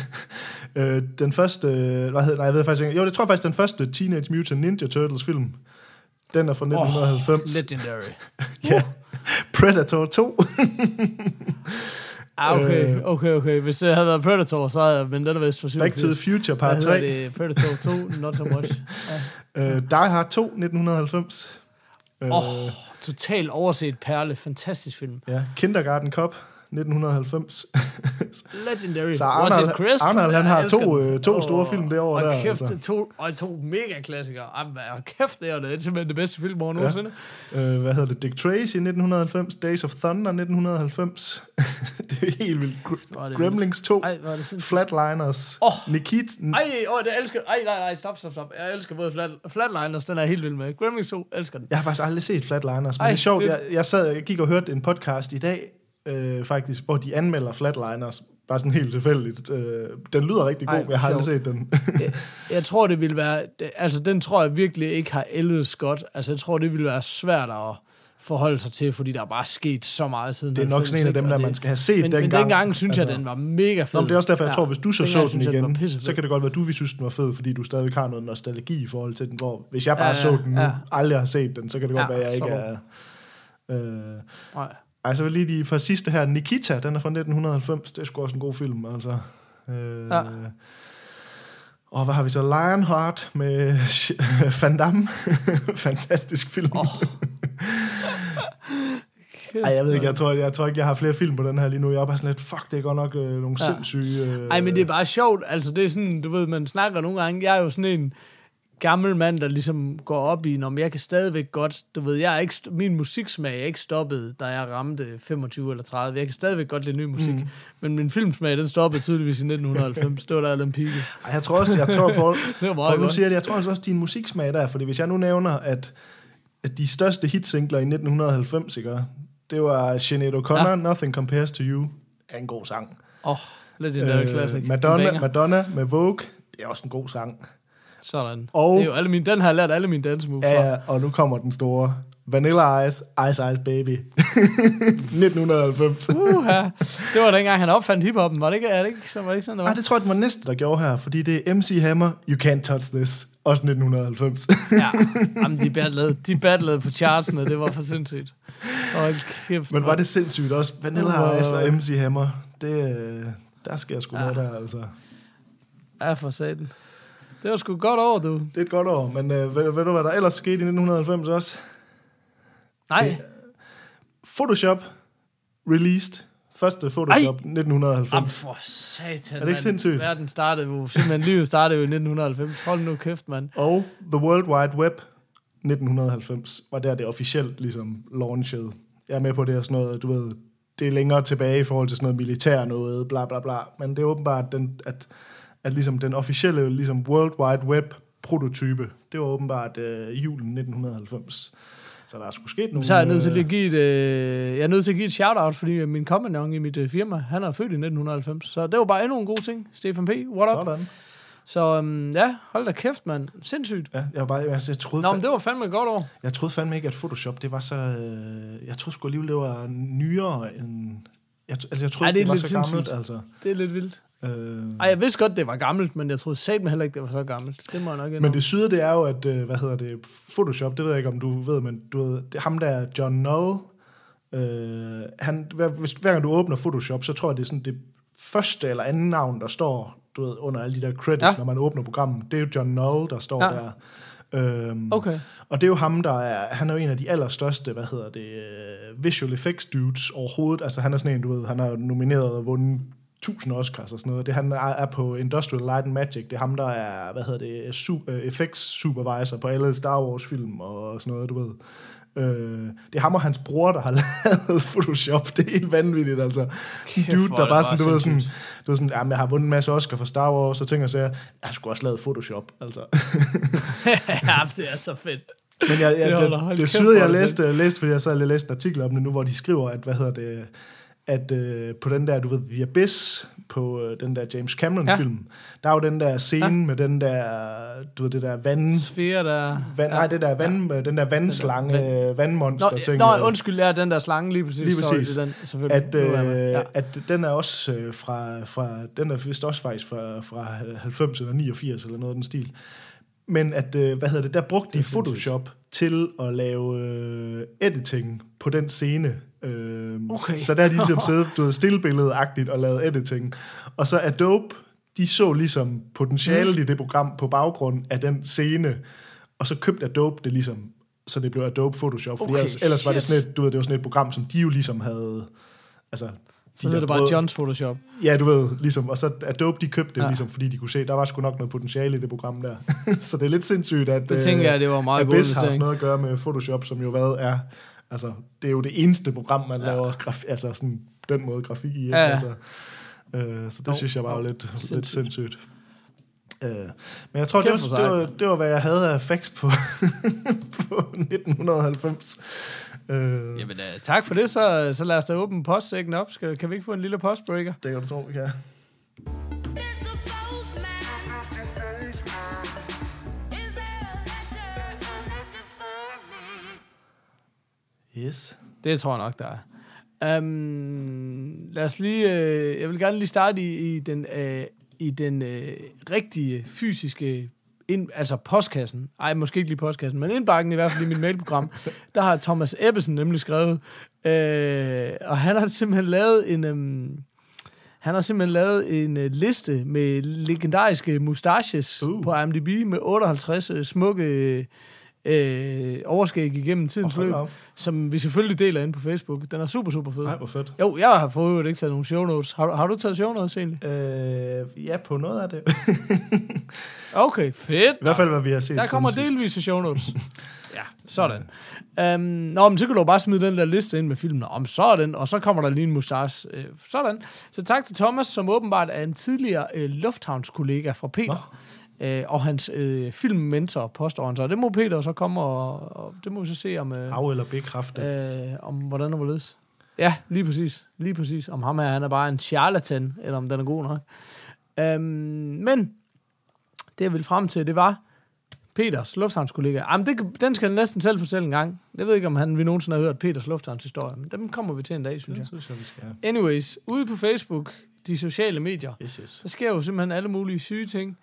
Den første, jeg ved faktisk ikke. Jo, det tror jeg faktisk, den første Teenage Mutant Ninja Turtles film. Den er fra 1990. Legendary. Ja. Predator 2. Okay. Hvis det havde været Predator, så havde jeg... Men den er vist for 87. Back to the Future, part 3. Det Predator 2, not so much. Ja. Die Hard 2, 1990. Total overset perle. Fantastisk film. Ja. Kindergarten Cop, 1990. Legendary. Så Arnold, han har to store film det år der. Kæft, altså. to mega klassikere. Kæft, det er simpelthen det bedste film over nogensinde. Hvad hedder det? Dick Tracy 1990, Days of Thunder 1990. Det er helt vildt. Gremlings 2, Flatliners, Nikita. Det elsker. Nej, stop. Jeg elsker både Flatliners, den er helt vild med. Gremlings 2, elsker den. Jeg har faktisk aldrig set Flatliners, men det er sjovt. Jeg gik og hørte en podcast i dag, faktisk, hvor de anmelder Flatliners, bare sådan helt tilfældigt. Den lyder rigtig god, men jeg har aldrig set den. jeg tror, det ville være... Altså, den tror jeg virkelig ikke har ældet godt. Altså, jeg tror, det ville være svært at forholde sig til, fordi der er bare sket så meget siden. Det er nok sådan en af dem, der man skal have set dengang. Men dengang synes jeg, den var mega fed. Det er også derfor, jeg tror, hvis du så den igen, så kan det godt være, at du vil synes, den var fed, fordi du stadig har noget nostalgi i forhold til den. Hvor hvis jeg bare så den nu, aldrig har set den, så kan det godt være, at jeg ikke er... Nej. Så vil lige de fra sidste her. Nikita, den er fra 1990. Det er sgu også en god film, altså. Og hvad har vi så? Lionheart med Van Damme. Fantastisk film. Ej, jeg ved ikke, jeg tror ikke, jeg har flere film på den her lige nu. Jeg er bare sådan lidt, fuck, det er godt nok nogle sindssyge... Ej, men det er bare sjovt. Altså, det er sådan, du ved, man snakker nogle gange. Jeg er jo sådan en gammel mand, der ligesom går op i, når jeg kan stadigvæk godt, du ved, jeg er ikke, min musiksmag er ikke stoppet, da jeg ramte 25 eller 30. Jeg kan stadigvæk godt lide ny musik, men min filmsmag, den stoppede tydeligvis i 1990. Det var der Alan Pike. Ej, jeg tror, Paul, det var meget godt. Nu siger det, jeg tror også din musiksmag der, fordi hvis jeg nu nævner, at de største hitsingler i 1990, ikke? Det var Sinead O'Connor, Nothing Compares to You, er en god sang. Lidt en der klassik. Madonna med Vogue, det er også en god sang. Sådan. Og, det er jo den har jeg lært alle mine dance moves fra. Ja, og nu kommer den store. Vanilla Ice, Ice Ice Baby. 1990. Det var dengang, han opfandt hiphoppen. Var det ikke sådan, det var? Nej, det tror jeg, det var næste, der gjorde her, fordi det er MC Hammer, You Can't Touch This. Også 1990. Ja, jamen, de battlede på chartsene, det var for sindssygt. Kæft, men var det sindssygt også? Vanilla Ice og MC Hammer, der skal jeg sgu noget der, altså. Ja, for satan. Det var sgu et godt år, du. Det er et godt år, men ved du, hvad der ellers skete i 1990 også? Nej. Photoshop released. Første Photoshop 1990. Jamen for satan, er det ikke sindssygt? Verden startede jo, simpelthen livet startede jo i 1990. Hold nu kæft, mand. Og The World Wide Web 1990 var der det officielt ligesom launchet. Jeg er med på det og sådan noget, du ved, det er længere tilbage i forhold til sådan noget militær noget, bla bla bla. Men det er åbenbart, at ligesom den officielle ligesom World Wide Web prototype, det var åbenbart julen 1990. Så der er sgu sket nogle... Så er jeg nødt til at give et shout-out, fordi min kompagnon i mit firma, han er født i 1990. Så det var bare endnu en god ting. Stefan P., what up? Sådan. Så hold da kæft, mand. Sindssygt. Ja, jeg troede... men det var fandme et godt år. Jeg troede fandme ikke, at Photoshop, det var så... jeg troede sgu alligevel, det var nyere end... Jeg troede, det var så gammelt, altså. Det er lidt vildt. Jeg vidste godt, det var gammelt, men jeg troede satme heller ikke, det var så gammelt. Det må jeg nok men det syde, det er jo, at, Photoshop, det ved jeg ikke, om du ved, men du ved, det er ham der, John Knoll, hver gang du åbner Photoshop, så tror jeg, det er sådan det første eller anden navn, der står, du ved, under alle de der credits, når man åbner programmet. Det er jo John Knoll, der står der. Okay. Og det er jo ham, han er jo en af de allerstørste, visual effects dudes overhovedet. Altså han er sådan en, du ved, han har nomineret og vundet 1000 Oscars og sådan noget. Det han er på Industrial Light and Magic. Det er ham, der er, effects supervisor på alle Star Wars film og sådan noget, du ved. Det er ham og hans bror, der har lavet Photoshop. Det er helt vanvittigt, altså. Sådan en dude, der bare sådan, du ved sådan, jamen, jeg har vundet en masse Oscar for Star Wars, og tænker så jeg har sgu også lavet Photoshop, altså. Ja, det er så fedt. Men det syede, jeg læste, fordi jeg så lige læste en artikel om det nu, hvor de skriver, at på den der, du ved, The Abyss, på den der James Cameron-film, der er jo den der scene med den der, du ved, det der vand... Sfære der... Nej, det der vand, den der vandslange, vandmonster-ting. Undskyld, ja, den der slange, lige præcis. Lige præcis. Så, den, selvfølgelig. At den er også den er vist også faktisk fra 90 eller 89 eller noget af den stil. Men at, der brugte de Photoshop til at lave editing på den scene. Okay. Så der er de ligesom siddet, du ved, stillbilledeagtigt og lavet editing. Og så Adobe, de så ligesom potentialet i det program på baggrund af den scene, og så købte Adobe det ligesom, så det blev Adobe Photoshop. Fordi ellers var det sådan et, du ved, det var sådan et program, som de jo ligesom havde, altså... Så det er bare Johns Photoshop. Ja, du ved, ligesom, og så Adobe, de købte det, ligesom, fordi de kunne se, der var sgu nok noget potentiale i det program der. Så det er lidt sindssygt, at det tænker jeg, det var meget godt. Abyss har haft noget at gøre med Photoshop, som jo er, altså, det er jo det eneste program, man laver altså sådan den måde grafik i. Altså, så det synes jeg var lidt sindssygt. Men jeg tror, det var, hvad jeg havde af facts på 1990. Jamen, tak for det, så lad os da åbne postsækken op. Kan vi ikke få en lille postbreaker? Det kan du tro, vi kan. Yes. Det tror jeg nok, der er. Lad os lige... jeg vil gerne lige starte i den rigtige fysiske... altså postkassen. Ej, måske ikke lige postkassen, men indbakken i hvert fald i mit mailprogram. Der har Thomas Ebbesen nemlig skrevet. Og han har simpelthen lavet en liste med legendariske mustaches på IMDb med 58 smukke overskæg igennem tidens løb, som vi selvfølgelig deler inde på Facebook. Den er super, super fed. Nej, hvor fedt. Jo, jeg har fået ikke taget nogle show notes. Har du taget show notes egentlig? Ja, på noget af det. Okay, fedt. I hvert fald, hvad vi har set. Der kommer delvise show notes. Ja, sådan. Men så kan du bare smide den der liste ind med filmen. Sådan, og så kommer der lige en mustache. Sådan. Så tak til Thomas, som åbenbart er en tidligere lufthavnskollega fra Peter. Og hans filmmentor, påstår han så. Det må Peter så komme, og det må vi så se om... Af- eller bekræfte. Om hvordan det var ledes. Ja, lige præcis. Om ham her, han er bare en charlatan, eller om den er god nok. Men det jeg ville frem til, det var Peters lufthavnskollega. Jamen, den skal han næsten selv fortælle en gang. Jeg ved ikke, om vi nogensinde har hørt Peters lufthavnshistorie, men dem kommer vi til en dag, synes jeg. Synes jeg, vi skal. Anyways, ude på Facebook, de sociale medier, Yes. så sker jo simpelthen alle mulige syge ting.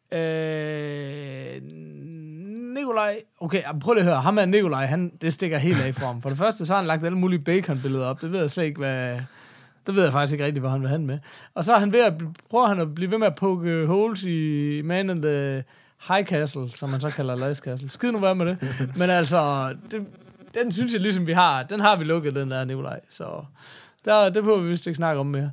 Nikolaj, okay, prøv lige at høre, ham er Nikolaj, det stikker helt af for ham. For det første, så har han lagt alle mulige bacon-billeder op, det ved jeg slet ikke, det ved jeg faktisk ikke rigtigt, hvad han vil have med. Og så er han prøver han at blive ved med at poke holes i Man in the High Castle, som man så kalder Last Castle. Skid nu være med det. Men altså, den synes jeg ligesom, vi har. Den har vi lukket, den der, Nikolaj. Så det behøver vi vist ikke snakke om mere.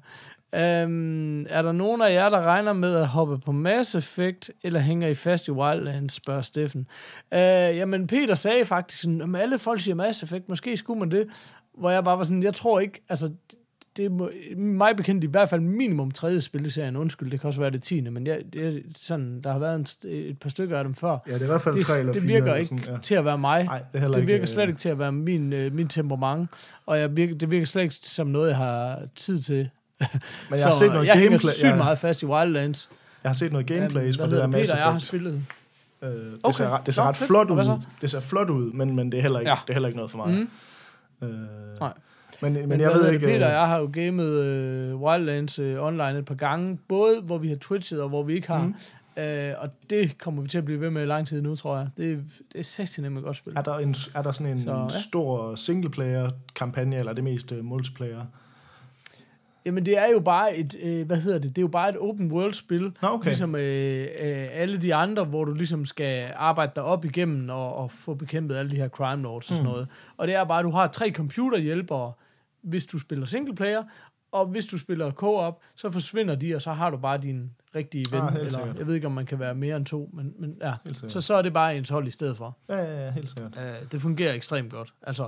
Er der nogen af jer, der regner med at hoppe på Mass Effect, eller hænger I fast i Wildlands, spørger Steffen. Jamen, Peter sagde faktisk, at alle folk siger Mass Effect, måske skulle man det, hvor jeg bare var sådan, jeg tror ikke, altså, det er mig bekendt i hvert fald minimum 3. spil i serien. Undskyld, det kan også være det 10. Men det er sådan, der har været et par stykker af dem før. Ja, det er i hvert fald 3 eller 4. Det virker ikke til at være mig. Nej, det virker slet ikke til at være min temperament. Og det virker slet ikke som noget, jeg har tid til. Men jeg har set noget jeg gameplay. Hænger sygt meget fast i Wildlands. Jeg har set noget gameplay for det der Mass Peter, jeg har Effect. spillet. Det ser ret flot ud. Det ser flot ud, men det er heller ikke noget for mig. Nej. Men jeg ved ikke... Peter og jeg har jo gamet Wildlands online et par gange, både hvor vi har twitchet og hvor vi ikke har. Og det kommer vi til at blive ved med i lang tid nu, tror jeg. Det er 60 nemt godt spil. Er der sådan en stor singleplayer-kampagne, eller det mest multiplayer? Jamen, det er jo bare et, det er jo bare et open world-spil, okay. Ligesom alle de andre, hvor du ligesom skal arbejde dig op igennem og få bekæmpet alle de her crime lords og sådan noget. Og det er bare, at du har 3 computerhjælpere, hvis du spiller singleplayer, og hvis du spiller co-op, så forsvinder de, og så har du bare din rigtige ven, eller sikkert. Jeg ved ikke, om man kan være mere end 2, men ja, så er det bare ens hold i stedet for. Ja, helt sikkert. Det fungerer ekstremt godt. Altså,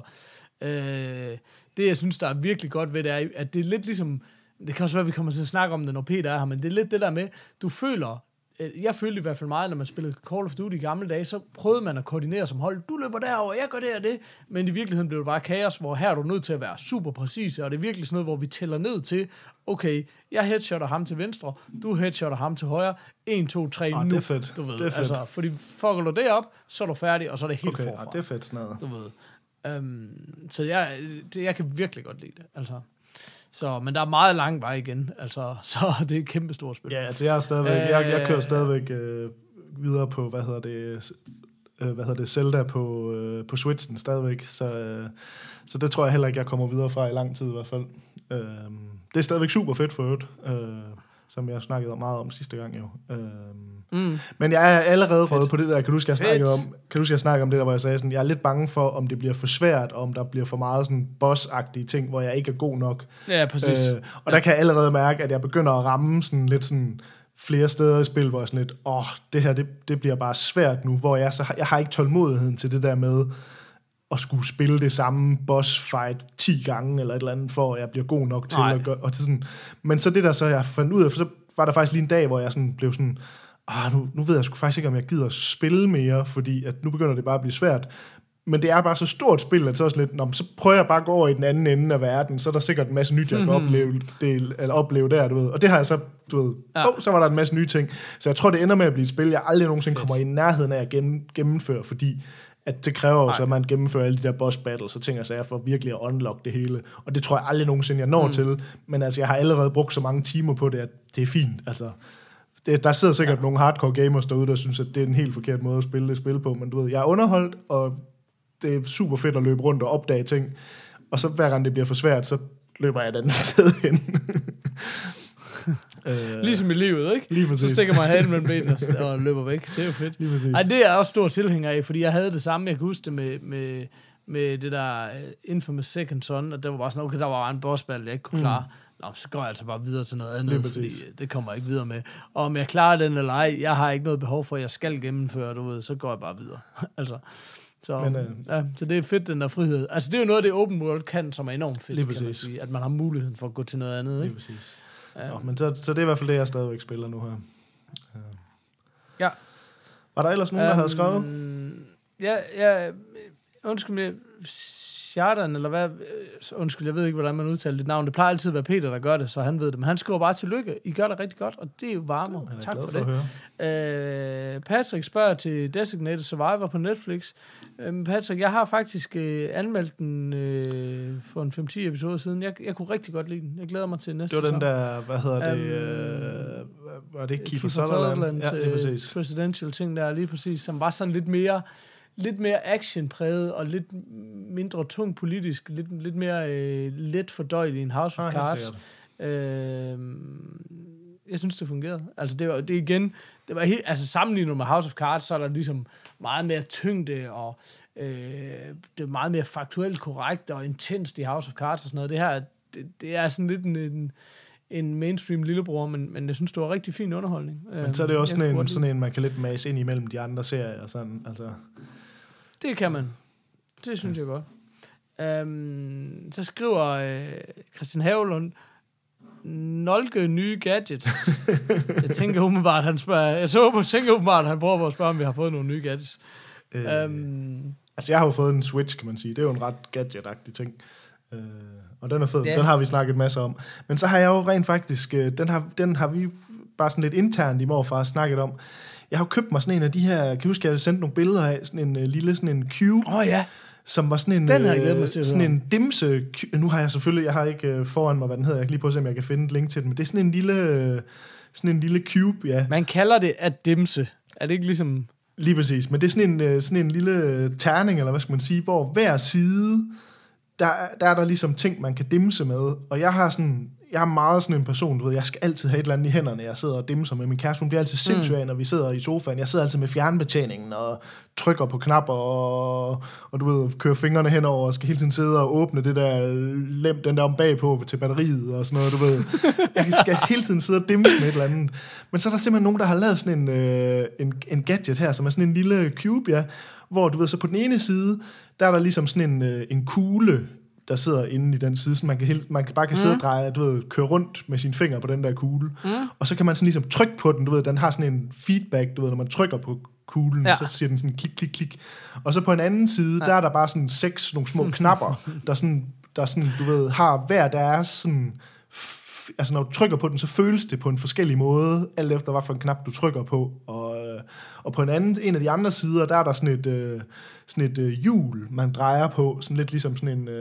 det, jeg synes, der er virkelig godt ved det, er, at det er lidt ligesom, det kan også være, at vi kommer til at snakke om det, når Peter er her, men det er lidt det der med, du føler, jeg følte i hvert fald meget, når man spillede Call of Duty i gamle dage, så prøvede man at koordinere som hold, du løber derover, jeg gør det og det, men i virkeligheden blev det bare kaos, hvor her er du nødt til at være super præcise, og det er virkelig sådan noget, hvor vi tæller ned til, okay, jeg headshotter ham til venstre, du headshotter ham til højre, 1, 2, 3, nu, det er fedt. Du ved, det er fedt. Altså, fordi fucker du det op, så er du færdig, og så er det helt forfra. Det er fedt sådan noget. Du ved. Så jeg kan virkelig godt lide det, altså. Så, men der er meget lang vej igen, altså, så det er et kæmpe stort spil. Ja, altså jeg er stadigvæk, jeg kører stadigvæk videre på, hvad hedder det, Zelda på Switchen stadigvæk, så det tror jeg heller ikke, jeg kommer videre fra i lang tid i hvert fald. Det er stadigvæk super fedt for øvrigt, som jeg snakkede meget om sidste gang jo. Men jeg er allerede frøet på det der, kan du huske, jeg snakkede om det der, hvor jeg sagde sådan, jeg er lidt bange for, om det bliver for svært, og om der bliver for meget sådan boss-agtige ting, hvor jeg ikke er god nok. Ja, præcis. Og der kan jeg allerede mærke, at jeg begynder at ramme sådan lidt sådan flere steder i spil, hvor jeg sådan lidt, det her, det bliver bare svært nu, hvor jeg har ikke tålmodigheden til det der med at skulle spille det samme boss fight 10 gange, eller et eller andet, for at jeg bliver god nok til at gøre, og det sådan. Men så det der, så jeg fandt ud af, for så var der faktisk lige en dag, hvor jeg sådan blev sådan, nu ved jeg sgu faktisk ikke, om jeg gider spille mere, fordi at nu begynder det bare at blive svært. Men det er bare så stort spil, at så er sådan lidt, så prøver jeg bare at gå over i den anden ende af verden, så er der sikkert en masse nyt, jeg kan opleve der, du ved. Og det har jeg så, du ved, så var der en masse nye ting. Så jeg tror, det ender med at blive et spil, jeg aldrig nogensinde kommer i nærheden af at gennemføre, fordi at det kræver jo så, at man gennemfører alle de der boss battles og ting og sager for virkelig at unlock det hele. Og det tror jeg aldrig nogensinde, jeg når til. Men altså, jeg har allerede brugt så mange timer på det, at det er fint. Altså, der sidder sikkert nogle hardcore gamers derude, der synes, at det er en helt forkert måde at spille det spil på. Men du ved, jeg er underholdt, og det er super fedt at løbe rundt og opdage ting. Og så hver gang det bliver for svært, så løber jeg et andet sted hen. Ligesom i livet, ikke? Lige præcis. Så stikker man halen mellem benene og løber væk. Det er jo fedt. Lige præcis. Ej, det er jeg også stor tilhænger af, fordi jeg havde det samme. Jeg kan huske det med det der Infamous Second Son, og det var bare sådan, okay, der var en boss battle, jeg ikke kunne klare. Nå, så går jeg altså bare videre til noget andet, fordi det kommer jeg ikke videre med. Og om jeg klarer den eller ej, jeg har ikke noget behov for, at jeg skal gennemføre, du ved, så går jeg bare videre. Altså, så det er fedt, den der frihed. Altså, det er jo noget af det open world kan, som er enormt fedt, kan man sige, at man har muligheden for at gå til noget andet, ikke? Lige præcis. Men så det er i hvert fald det, jeg stadigvæk spiller nu her. Ja. Var der ellers nogen, der havde skrevet? Ja, undskyld mig, Shardan, eller hvad? Undskyld, jeg ved ikke, hvordan man udtaler dit navn. Det plejer altid at være Peter, der gør det, så han ved det. Men han skriver bare tillykke. I gør det rigtig godt, og det er jo varmere. Tak for det. Patrick spørger til Designated Survivor på Netflix. Patrick, jeg har faktisk anmeldt den for en 5-10 episoder siden. Jeg kunne rigtig godt lide den. Jeg glæder mig til næste sæson. Det var den der, hvad hedder det? Var det ikke Kiefer Sutherland? Ja, lige præcis. Presidential ting der, lige præcis, som var sådan lidt mere actionpræget og lidt mindre tung politisk, lidt mere let fordøjelig end House of Cards. Jeg synes, det fungerede. Altså, det igen, det var helt, altså sammenlignet med House of Cards, så er der ligesom meget mere tyngde, og det er meget mere faktuelt korrekt og intenst i House of Cards og sådan noget. Det her, det er sådan lidt en mainstream lillebror, men jeg synes, det var rigtig fin underholdning. Men så er det også sådan en, man kan lidt mase ind imellem de andre serier. Sådan, altså. Det kan man. Det synes jeg godt. Så skriver Christian Havelund, Nolke nye gadgets. Jeg tænker umiddelbart, han prøver på at spørge, om vi har fået nogle nye gadgets. Altså, jeg har jo fået en Switch, kan man sige. Det er jo en ret gadget-agtig ting. Og den er fed. Den har vi snakket masser om. Men så har jeg jo rent faktisk, den har vi bare sådan lidt internt i morfar snakket om. Jeg har jo købt mig sådan en af de her, kan du huske, jeg har sendt nogle billeder af, sådan en lille, sådan en cube. Som var sådan en, sådan en dimse. Nu har jeg har ikke foran mig, hvad den hedder. Jeg kan lige prøve at se, om jeg kan finde et link til den. Men det er sådan en lille cube, ja. Man kalder det at dimse. Er det ikke ligesom... Lige præcis. Men det er sådan en lille terning, eller hvad skal man sige, hvor hver side, der er der ligesom ting, man kan dimse med. Og jeg er meget sådan en person, du ved, jeg skal altid have et eller andet i hænderne, jeg sidder og dimser med min kæreste. Hun bliver altid sindssyg af, når vi sidder i sofaen. Jeg sidder altid med fjernbetjeningen og trykker på knapper og du ved, kører fingrene henover og skal hele tiden sidde og åbne det der lem, den der om bagpå til batteriet og sådan noget, du ved. Jeg skal hele tiden sidde og dimse med et eller andet. Men så er der simpelthen nogen, der har lavet sådan en gadget her, som er sådan en lille cube, ja, hvor du ved, så på den ene side, der er der ligesom sådan en kugle, der sidder inde i den side, så man bare kan sidde og dreje, du ved, køre rundt med sine fingre på den der kugle. Og så kan man sådan ligesom trykke på den, du ved, den har sådan en feedback, du ved, når man trykker på kuglen, så siger den sådan klik, klik, klik. Og så på en anden side, der er der bare sådan 6 nogle små knapper, der sådan, du ved, har hver deres sådan, altså når du trykker på den, så føles det på en forskellig måde, alt efter hvad for en knap du trykker på. Og på en af de andre sider, der er der sådan et hjul, man drejer på, sådan lidt ligesom sådan en...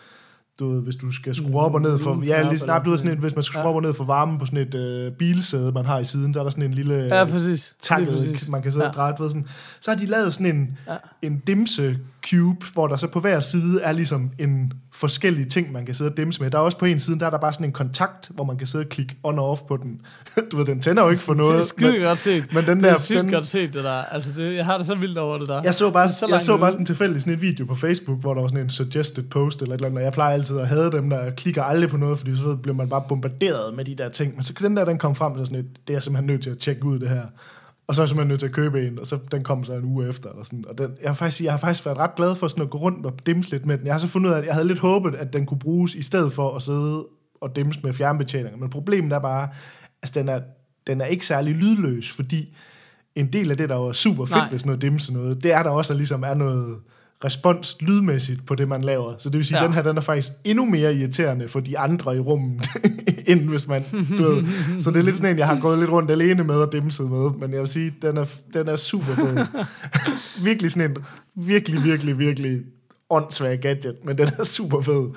du ved, hvis du skal skrue op og ned for... hvis man skal skrue op og ned for varmen på sådan et bilsæde, man har i siden, der er der sådan en lille takket, man kan sidde og dreje, ved sådan. Så har de lavet sådan en dimse cube, hvor der så på hver side er ligesom en forskellige ting, man kan sidde og dimse med. Der er også på en side, der er der bare sådan en kontakt, hvor man kan sidde og klikke on og off på den. Du ved, den tænder jo ikke for noget. Det er skide godt set. Men den det er sygt godt set, det der. Altså, jeg har det så vildt over det der. Jeg så bare sådan tilfældigt sådan et video på Facebook, hvor der var sådan en suggested post eller et eller andet, og jeg plejer altid at have dem, der klikker aldrig på noget, fordi så bliver man bare bombarderet med de der ting. Men så den kom frem til sådan et, det er simpelthen nødt til at tjekke ud det her. Og så er jeg simpelthen nødt til at købe en, og så den kom så en uge efter. Og sådan. Og jeg har faktisk været ret glad for sådan at gå rundt og dimse lidt med den. Jeg har så fundet ud af, at jeg havde lidt håbet, at den kunne bruges i stedet for at sidde og dimse med fjernbetjeninger. Men problemet er bare, at den er ikke særlig lydløs, fordi en del af det, der var super fedt, hvis noget dimse noget, det er der også, at ligesom er noget respons lydmæssigt på det, man laver. Så det vil sige, at den her, den er faktisk endnu mere irriterende for de andre i rummet, end hvis man, du ved. Så det er lidt sådan en, jeg har gået lidt rundt alene med og dimset med, men jeg vil sige, den er super fed. Virkelig sådan en, virkelig åndssvag gadget, men den er super fed.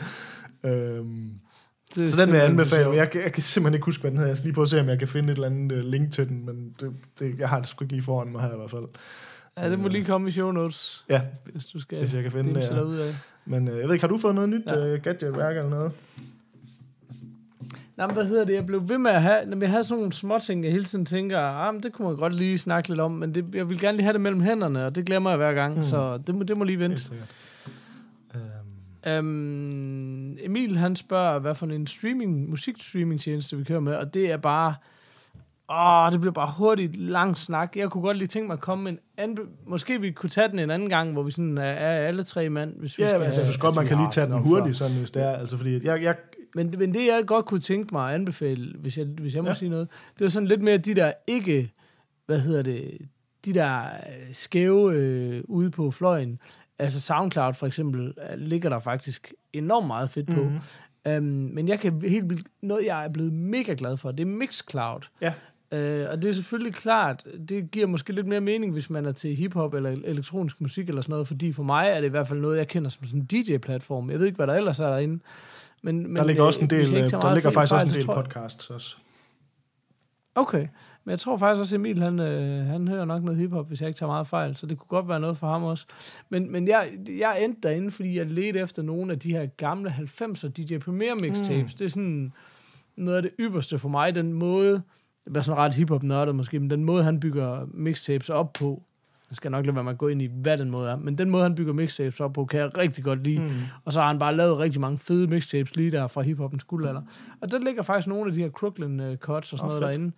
Så den vil jeg anbefale, men jeg kan simpelthen ikke huske, hvad den hedder. Jeg skal lige prøve at se, om jeg kan finde et eller andet link til den, men jeg har det sgu ikke lige foran mig her i hvert fald. Ja, det må lige komme i show notes. Ja, hvis du skal hvis jeg kan finde det. Ja. Af. Men jeg ved ikke, har du fået noget nyt gadgetværk eller noget? Nej, men hvad hedder det? Jeg blev ved med at have, når jeg havde sådan nogle små ting, jeg hele tiden tænker, men det kunne man godt lige snakke lidt om, men jeg vil gerne lige have det mellem hænderne, og det glemmer jeg hver gang, så det må lige vente. Emil, han spørger, hvad for en musikstreaming-tjeneste vi kører med, og det er bare, det bliver bare hurtigt lang snak. Jeg kunne godt lige tænke mig at komme med måske vi kunne tage den en anden gang, hvor vi sådan er alle tre mand. Hvis vi jeg synes godt, man kan lige tage den hurtigt, sådan, hvis det er, altså fordi jeg Men det, jeg godt kunne tænke mig at anbefale, hvis jeg må sige noget, det var sådan lidt mere de der ikke, de der skæve ude på fløjen. Altså SoundCloud for eksempel, ligger der faktisk enormt meget fedt på. Men jeg kan helt vildt, noget jeg er blevet mega glad for, det er Mixcloud. Ja. Og det er selvfølgelig klart, det giver måske lidt mere mening, hvis man er til hiphop eller elektronisk musik eller sådan noget, fordi for mig er det i hvert fald noget, jeg kender som sådan en DJ-platform. Jeg ved ikke, hvad der ellers er derinde. Men der ligger også en del, der ligger faktisk også en del podcasts også. Okay, men jeg tror faktisk også, Emil, han hører nok noget hiphop, hvis jeg ikke tager meget fejl, så det kunne godt være noget for ham også. Men jeg endte derinde, fordi jeg ledte efter nogle af de her gamle 90'er DJ Premier mixtapes. Det er sådan noget af det ypperste for mig, den måde, det er sådan ret hiphop-nørdet måske, men den måde, han bygger mixtapes op på, jeg skal nok lade være med at gå ind i, hvad den måde er, men den måde, han bygger mixtapes op på, kan jeg rigtig godt lide. Og så har han bare lavet rigtig mange fede mixtapes lige der fra hiphopens guldalder. Og der ligger faktisk nogle af de her Crooklyn cuts og sådan noget derinde.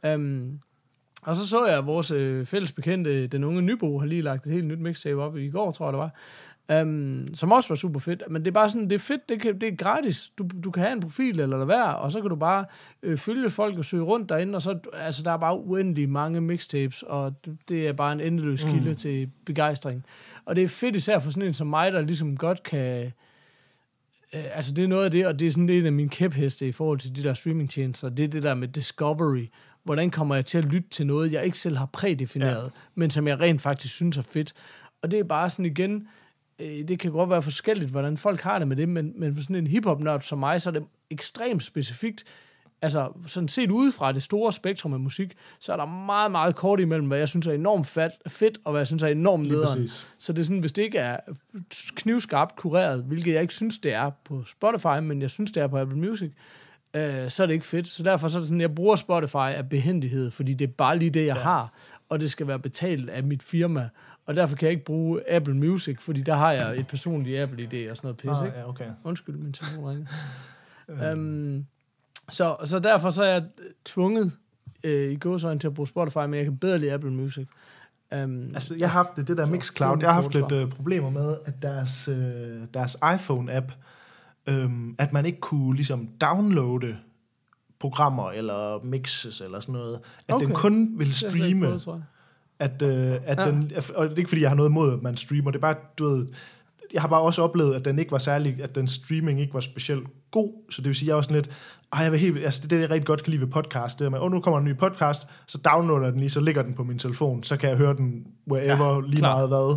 Og så jeg, at vores fælles bekendte, den unge Nybo, har lige lagt et helt nyt mixtape op i går, tror jeg det var. Som også var super fedt. Men det er bare sådan, det er fedt, det er gratis. Du kan have en profil eller være, og så kan du bare følge folk og søge rundt derinde, og så, altså, der er bare uendelig mange mixtapes, og det er bare en endeløs kilde til begejstring. Og det er fedt især for sådan en som mig, der ligesom godt kan... altså det er noget af det, og det er sådan en af mine kæpheste i forhold til de der streamingtjenester, det er det der med discovery. Hvordan kommer jeg til at lytte til noget, jeg ikke selv har prædefineret, men som jeg rent faktisk synes er fedt. Og det er bare sådan igen, det kan godt være forskelligt, hvordan folk har det med det, men for sådan en hiphop-nørd som mig, så er det ekstremt specifikt. Altså, sådan set udefra det store spektrum af musik, så er der meget, meget kort imellem, hvad jeg synes er enormt fedt, og hvad jeg synes er enormt nederen. Så det er sådan, hvis det ikke er knivskarpt kureret, hvilket jeg ikke synes, det er på Spotify, men jeg synes, det er på Apple Music, så er det ikke fedt. Så derfor så er det sådan, jeg bruger Spotify af behændighed, fordi det er bare lige det, jeg har, og det skal være betalt af mit firma. Og derfor kan jeg ikke bruge Apple Music, fordi der har jeg et personligt Apple-idé og sådan noget pisse, ikke? Ja, okay. Undskyld, min telefon ringer. Så derfor så er jeg tvunget i gåseøjne til at bruge Spotify, men jeg kan bedre lide Apple Music. Altså, jeg har haft det der Mixcloud, jeg har haft lidt problemer med, at deres iPhone-app, at man ikke kunne ligesom downloade programmer eller mixes eller sådan noget, at den kun vil streame. Den, og det er ikke fordi, jeg har noget imod, at man streamer, det er bare, du ved, jeg har bare også oplevet, at den ikke var særlig, at den streaming ikke var specielt god, så det vil sige, jeg er også lidt, jeg vil helt, altså det jeg rigtig godt kan lide ved podcast, det er med, nu kommer en ny podcast, så downloader jeg den lige, så ligger den på min telefon, så kan jeg høre den wherever, lige meget hvad,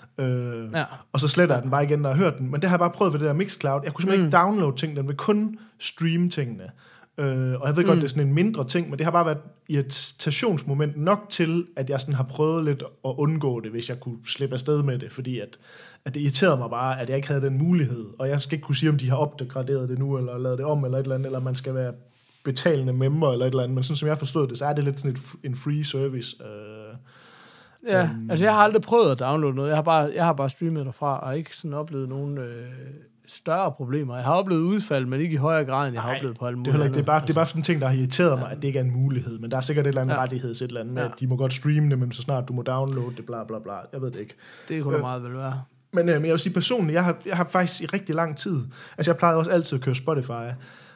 og så sletter jeg den bare igen, når jeg har hørt den, men det har jeg bare prøvet ved det der Mixcloud, jeg kunne simpelthen ikke downloade ting, den vil kun streame tingene, og jeg ved godt, det er sådan en mindre ting, men det har bare været irritationsmoment nok til, at jeg sådan har prøvet lidt at undgå det, hvis jeg kunne slippe afsted med det, fordi at det irriterede mig bare, at jeg ikke havde den mulighed, og jeg skal ikke kunne sige, om de har opgraderet det nu, eller lavet det om, eller et eller andet, eller man skal være betalende member, eller et eller andet, men sådan som jeg forstod det, så er det lidt sådan en free service. Altså jeg har aldrig prøvet at downloade noget, jeg har bare streamet derfra, og ikke sådan oplevet nogen... større problemer. Jeg har oplevet udfald, men ikke i højere grad, end jeg har oplevet på alle mulige. Det er bare sådan en ting, der har irriteret mig, at det ikke er en mulighed. Men der er sikkert et eller andet rettigheds et eller andet med, at de må godt streame det, men så snart du må downloade det, bla bla bla. Jeg ved det ikke. Det kunne da meget vel være. Men jeg vil sige personligt, jeg har faktisk i rigtig lang tid, altså jeg plejede også altid at køre Spotify,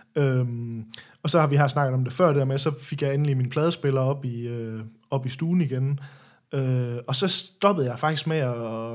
og så har vi snakket om det før der med, så fik jeg endelig min pladespiller op i stuen igen, og så stoppede jeg faktisk med at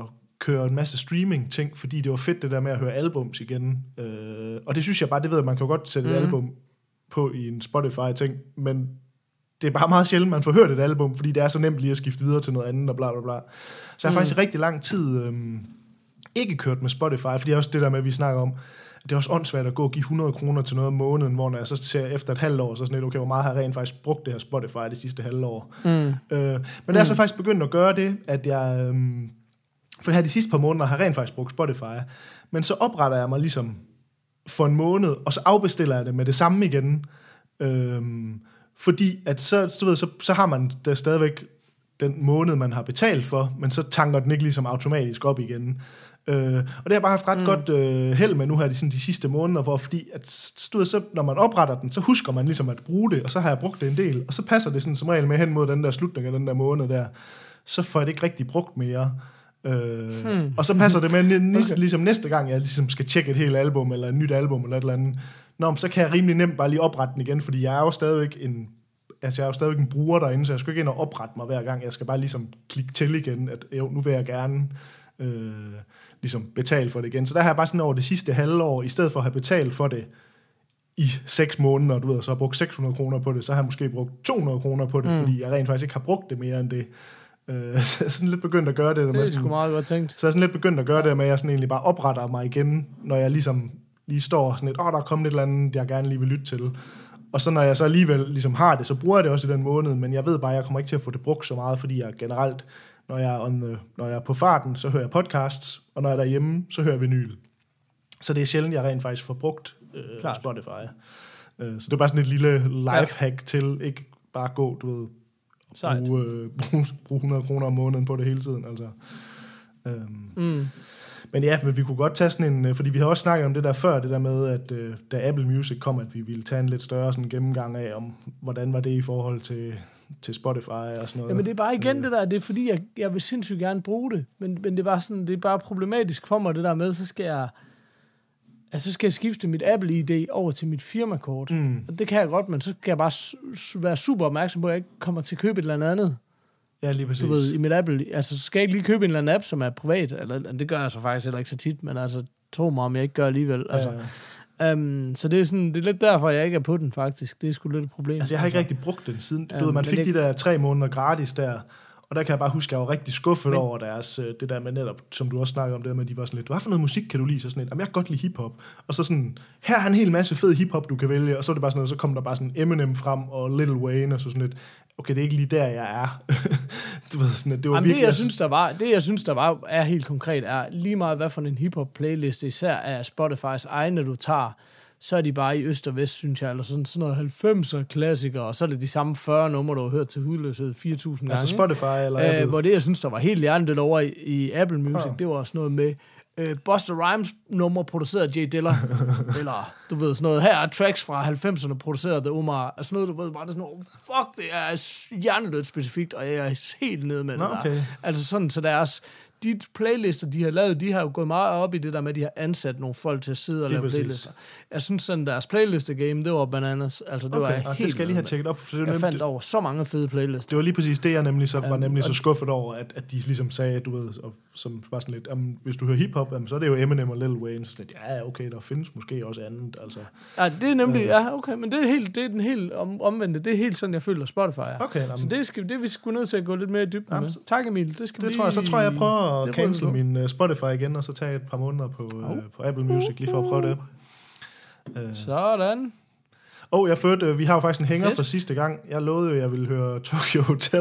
køre en masse streaming-ting, fordi det var fedt det der med at høre albums igen. Og det synes jeg bare, det ved jeg, man kan jo godt sætte et album på i en Spotify-ting, men det er bare meget sjældent, man får hørt et album, fordi det er så nemt lige at skifte videre til noget andet, og bla bla bla. Så jeg har faktisk rigtig lang tid ikke kørt med Spotify, fordi det er også det der med, at vi snakker om, det er også åndssvagt at gå og give 100 kroner til noget om måneden, hvor når jeg så ser efter et halvt år, så sådan lidt, okay, hvor meget har jeg rent faktisk brugt det her Spotify det sidste halve år. Men jeg er så faktisk begyndt at gøre det, at jeg, for her de sidste par måneder, har jeg rent faktisk brugt Spotify, men så opretter jeg mig ligesom for en måned, og så afbestiller jeg det med det samme igen, fordi at så har man der stadigvæk den måned, man har betalt for, men så tanker den ikke ligesom automatisk op igen. Og det har jeg bare haft ret godt held med nu her de sidste måneder, hvor fordi at så, når man opretter den, så husker man ligesom at bruge det, og så har jeg brugt det en del, og så passer det sådan som regel med hen mod den der slutning af den der måned der, så får jeg det ikke rigtig brugt mere. Og så passer det med ligesom næste gang, jeg ligesom skal tjekke et helt album, eller et nyt album, eller et eller andet. Så kan jeg rimelig nemt bare lige oprette den igen, fordi jeg er jo stadigvæk en bruger derinde, så jeg skal ikke ind og oprette mig hver gang. Jeg skal bare ligesom klikke til igen, at jo, nu vil jeg gerne ligesom betale for det igen. Så der har jeg bare sådan over det sidste halvår, i stedet for at have betalt for det i 6 måneder, du ved, så har jeg brugt 600 kroner på det, så har jeg måske brugt 200 kroner på det, fordi jeg rent faktisk ikke har brugt det mere end det. Så jeg er sådan lidt begyndt at gøre det. Det er sgu meget godt tænkt. Så jeg er sådan lidt begyndt at gøre det med, at jeg sådan egentlig bare opretter mig igen, når jeg ligesom lige står sådan lidt, der er kommet et eller andet, jeg gerne lige vil lytte til. Og så når jeg så alligevel ligesom har det, så bruger jeg det også i den måned, men jeg ved bare, at jeg kommer ikke til at få det brugt så meget, fordi jeg generelt, når jeg er på farten, så hører jeg podcasts, og når jeg er derhjemme, så hører jeg vinyl. Så det er sjældent, jeg rent faktisk får brugt Spotify. Så det er bare sådan et lille lifehack til ikke bare gå, du ved, bruge 100 kroner om måneden på det hele tiden. Altså. Men ja, men vi kunne godt tage sådan en, fordi vi har også snakket om det der før, det der med, at da Apple Music kom, at vi ville tage en lidt større sådan gennemgang af, om hvordan var det i forhold til Spotify og sådan noget. Ja, men det er bare igen det der, det er fordi, jeg vil sindssygt gerne bruge det, men det er bare sådan, det er bare problematisk for mig, det der med, så skal jeg skifte mit Apple-ID over til mit firmakort. Og det kan jeg godt, men så kan jeg bare være super opmærksom på, at jeg ikke kommer til at købe et eller andet. Ja, lige præcis. Du ved, i mit Apple, altså skal jeg ikke lige købe en eller anden app, som er privat, eller det gør jeg så faktisk heller ikke så tit, men altså, tro mig, om jeg ikke gør alligevel. Altså, så det er sådan, det er lidt derfor, jeg ikke er på den faktisk. Det er sgu lidt et problem. Altså, jeg har ikke rigtig brugt den siden. Du ved, man fik de der 3 måneder gratis der, og der kan jeg bare huske, at jeg var rigtig skuffet over deres, det der med netop, som du også snakkede om, det med, de var sådan lidt, hvad for noget musik kan du lide? Så sådan lidt, jeg kan godt lide hiphop. Og så sådan, her er en hel masse fed hiphop, du kan vælge, og så er det bare sådan noget, så kom der bare sådan Eminem frem, og Lil Wayne, og så sådan lidt, okay, det er ikke lige der, jeg er. Du ved, sådan, det var virkelig... Det, jeg synes, der var, er helt konkret, er lige meget, hvad for en hiphop-playliste, især af Spotifys egne, du tager, så er de bare i øst og vest, synes jeg, eller sådan noget 90'er klassikere, og så er det de samme 40 numre, du har hørt til hudløshed 4.000 gange. Altså Spotify eller Apple? Hvor det, jeg synes, der var helt hjernedødt over i Apple Music, det var også noget med Busta Rhymes numre produceret af Jay Dilla, eller du ved sådan noget, her er tracks fra 90'erne produceret af Omar, altså noget, du ved, bare det sådan noget, fuck, det er hjernedødt specifikt, og jeg er helt nede med det der. Altså sådan, så deres de playlister, de har lavet, de har jo gået meget op i det der med, at de har ansat nogle folk til at sidde og lave playlister. Jeg synes sådan, deres playliste-game, det var bananas. Altså, det var helt det skal jeg lige have tjekket op. For jeg fandt over så mange fede playlister. Det var lige præcis det, jeg nemlig var så skuffet over, at de ligesom sagde, du ved, som var sådan lidt, hvis du hører hiphop, så er det jo Eminem og Lil Wayne. Så ja, okay, der findes måske også andet. Altså. Ja, det er nemlig, ja, okay, men det er den helt omvendte. Det er helt sådan, jeg føler Spotify er. Okay, så det er vi sgu nødt til at gå lidt mere i dybden med. Tak, Emil. Så tror jeg prøver at cancel min Spotify igen, og så tage et par måneder på Apple Music, lige for at prøve det. Sådan. Vi har jo faktisk en hænger fra sidste gang. Jeg lovede jo, at jeg ville høre Tokyo Hotel.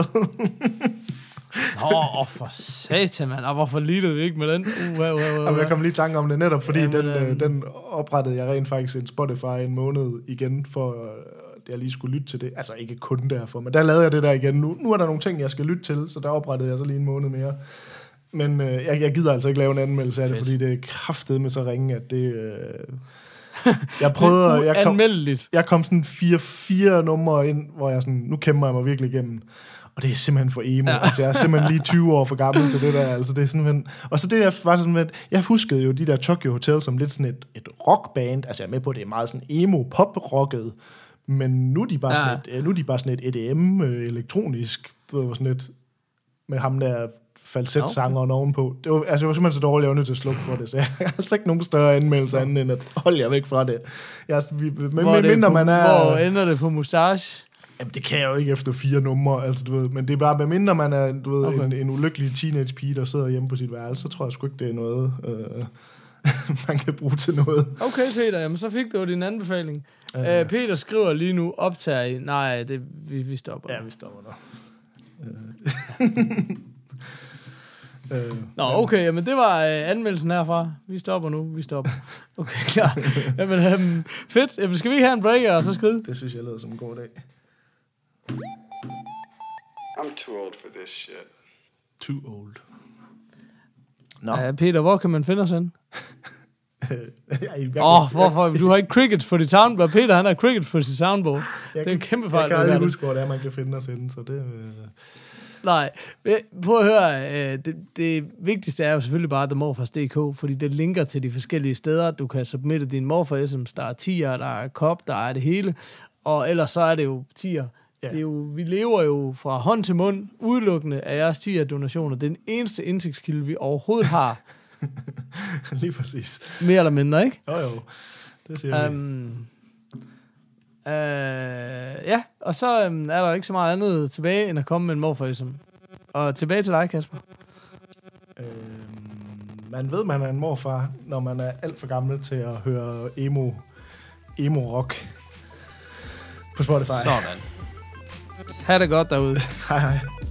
For satan, mand. Og hvorfor lidede vi ikke med den? Jeg kom lige i tanke om det netop, fordi den oprettede jeg rent faktisk en Spotify en måned igen, for jeg lige skulle lytte til det. Altså ikke kun derfor, men der lavede jeg det der igen. Nu er der nogle ting, jeg skal lytte til, så der oprettede jeg så lige en måned mere. Men jeg gider altså ikke lave en anmeldelse af det, fordi det er kraftedeme så ringe, at det... Jeg prøvede... Jeg kom sådan 4 numre ind, hvor jeg sådan... Nu kæmper jeg mig virkelig igennem. Og det er simpelthen for emo. Ja. Altså, jeg er simpelthen lige 20 år for gammel til det der. Altså, det er simpelthen... Og så det der var sådan, at jeg huskede jo de der Tokyo Hotel som lidt sådan et rockband. Altså, jeg er med på, at det er meget sådan emo-pop-rocket. Men nu er de bare sådan et EDM, elektronisk, du ved, sådan lidt med ham der falsetsangeren ovenpå. Det var simpelthen så dårligt, jeg var nødt til at slukke for det, så jeg har altså ikke nogen større anmeldelse anden, end at hold jer væk fra det. Hvor ender det på mustache? Jamen, det kan jeg jo ikke efter 4 numre, altså, du ved. Men det er bare, medmindre man er, du ved, okay. en ulykkelig teenage pige, der sidder hjemme på sit værelse, så tror jeg sgu ikke, det er noget, man kan bruge til noget. Okay, Peter, jamen så fik du din anbefaling. Peter skriver lige nu, optager I. Nej, vi stopper. Ja, vi stopper der. Nå, okay, jamen det var anmeldelsen herfra. Vi stopper nu, Okay, klar. Jamen, fedt. Jamen, skal vi ikke have en breaker og så skride? Det synes jeg lyder som en god dag. I'm too old for this shit. Too old. Nå. Ja, Peter, hvor kan man finde os hen? Hvorfor? Du har ikke crickets på dit soundboard. Peter, han har crickets på sit soundboard. Det er en kæmpe fejl. Jeg kan aldrig huske, hvor det er, man kan finde os hen, så det... Nej, prøv at høre, det vigtigste er jo selvfølgelig bare themorfars.dk, fordi det linker til de forskellige steder. Du kan submitte din morfar-SM, der er tier, der er kop, der er det hele, og ellers så er det jo tier. Ja. Det er jo, vi lever jo fra hånd til mund udelukkende af jeres tier-donationer. Det er den eneste indtægtskilde, vi overhovedet har. Lige præcis. Mere eller mindre, ikke? Jo, det siger vi. Ja, og så er der ikke så meget andet tilbage, end at komme med en morfar-SM. Og tilbage til dig, Kasper. Man ved, man er en morfar, når man er alt for gammel til at høre emo-rock på Spotify. Sådan. Ha' det godt derude. Hej hej.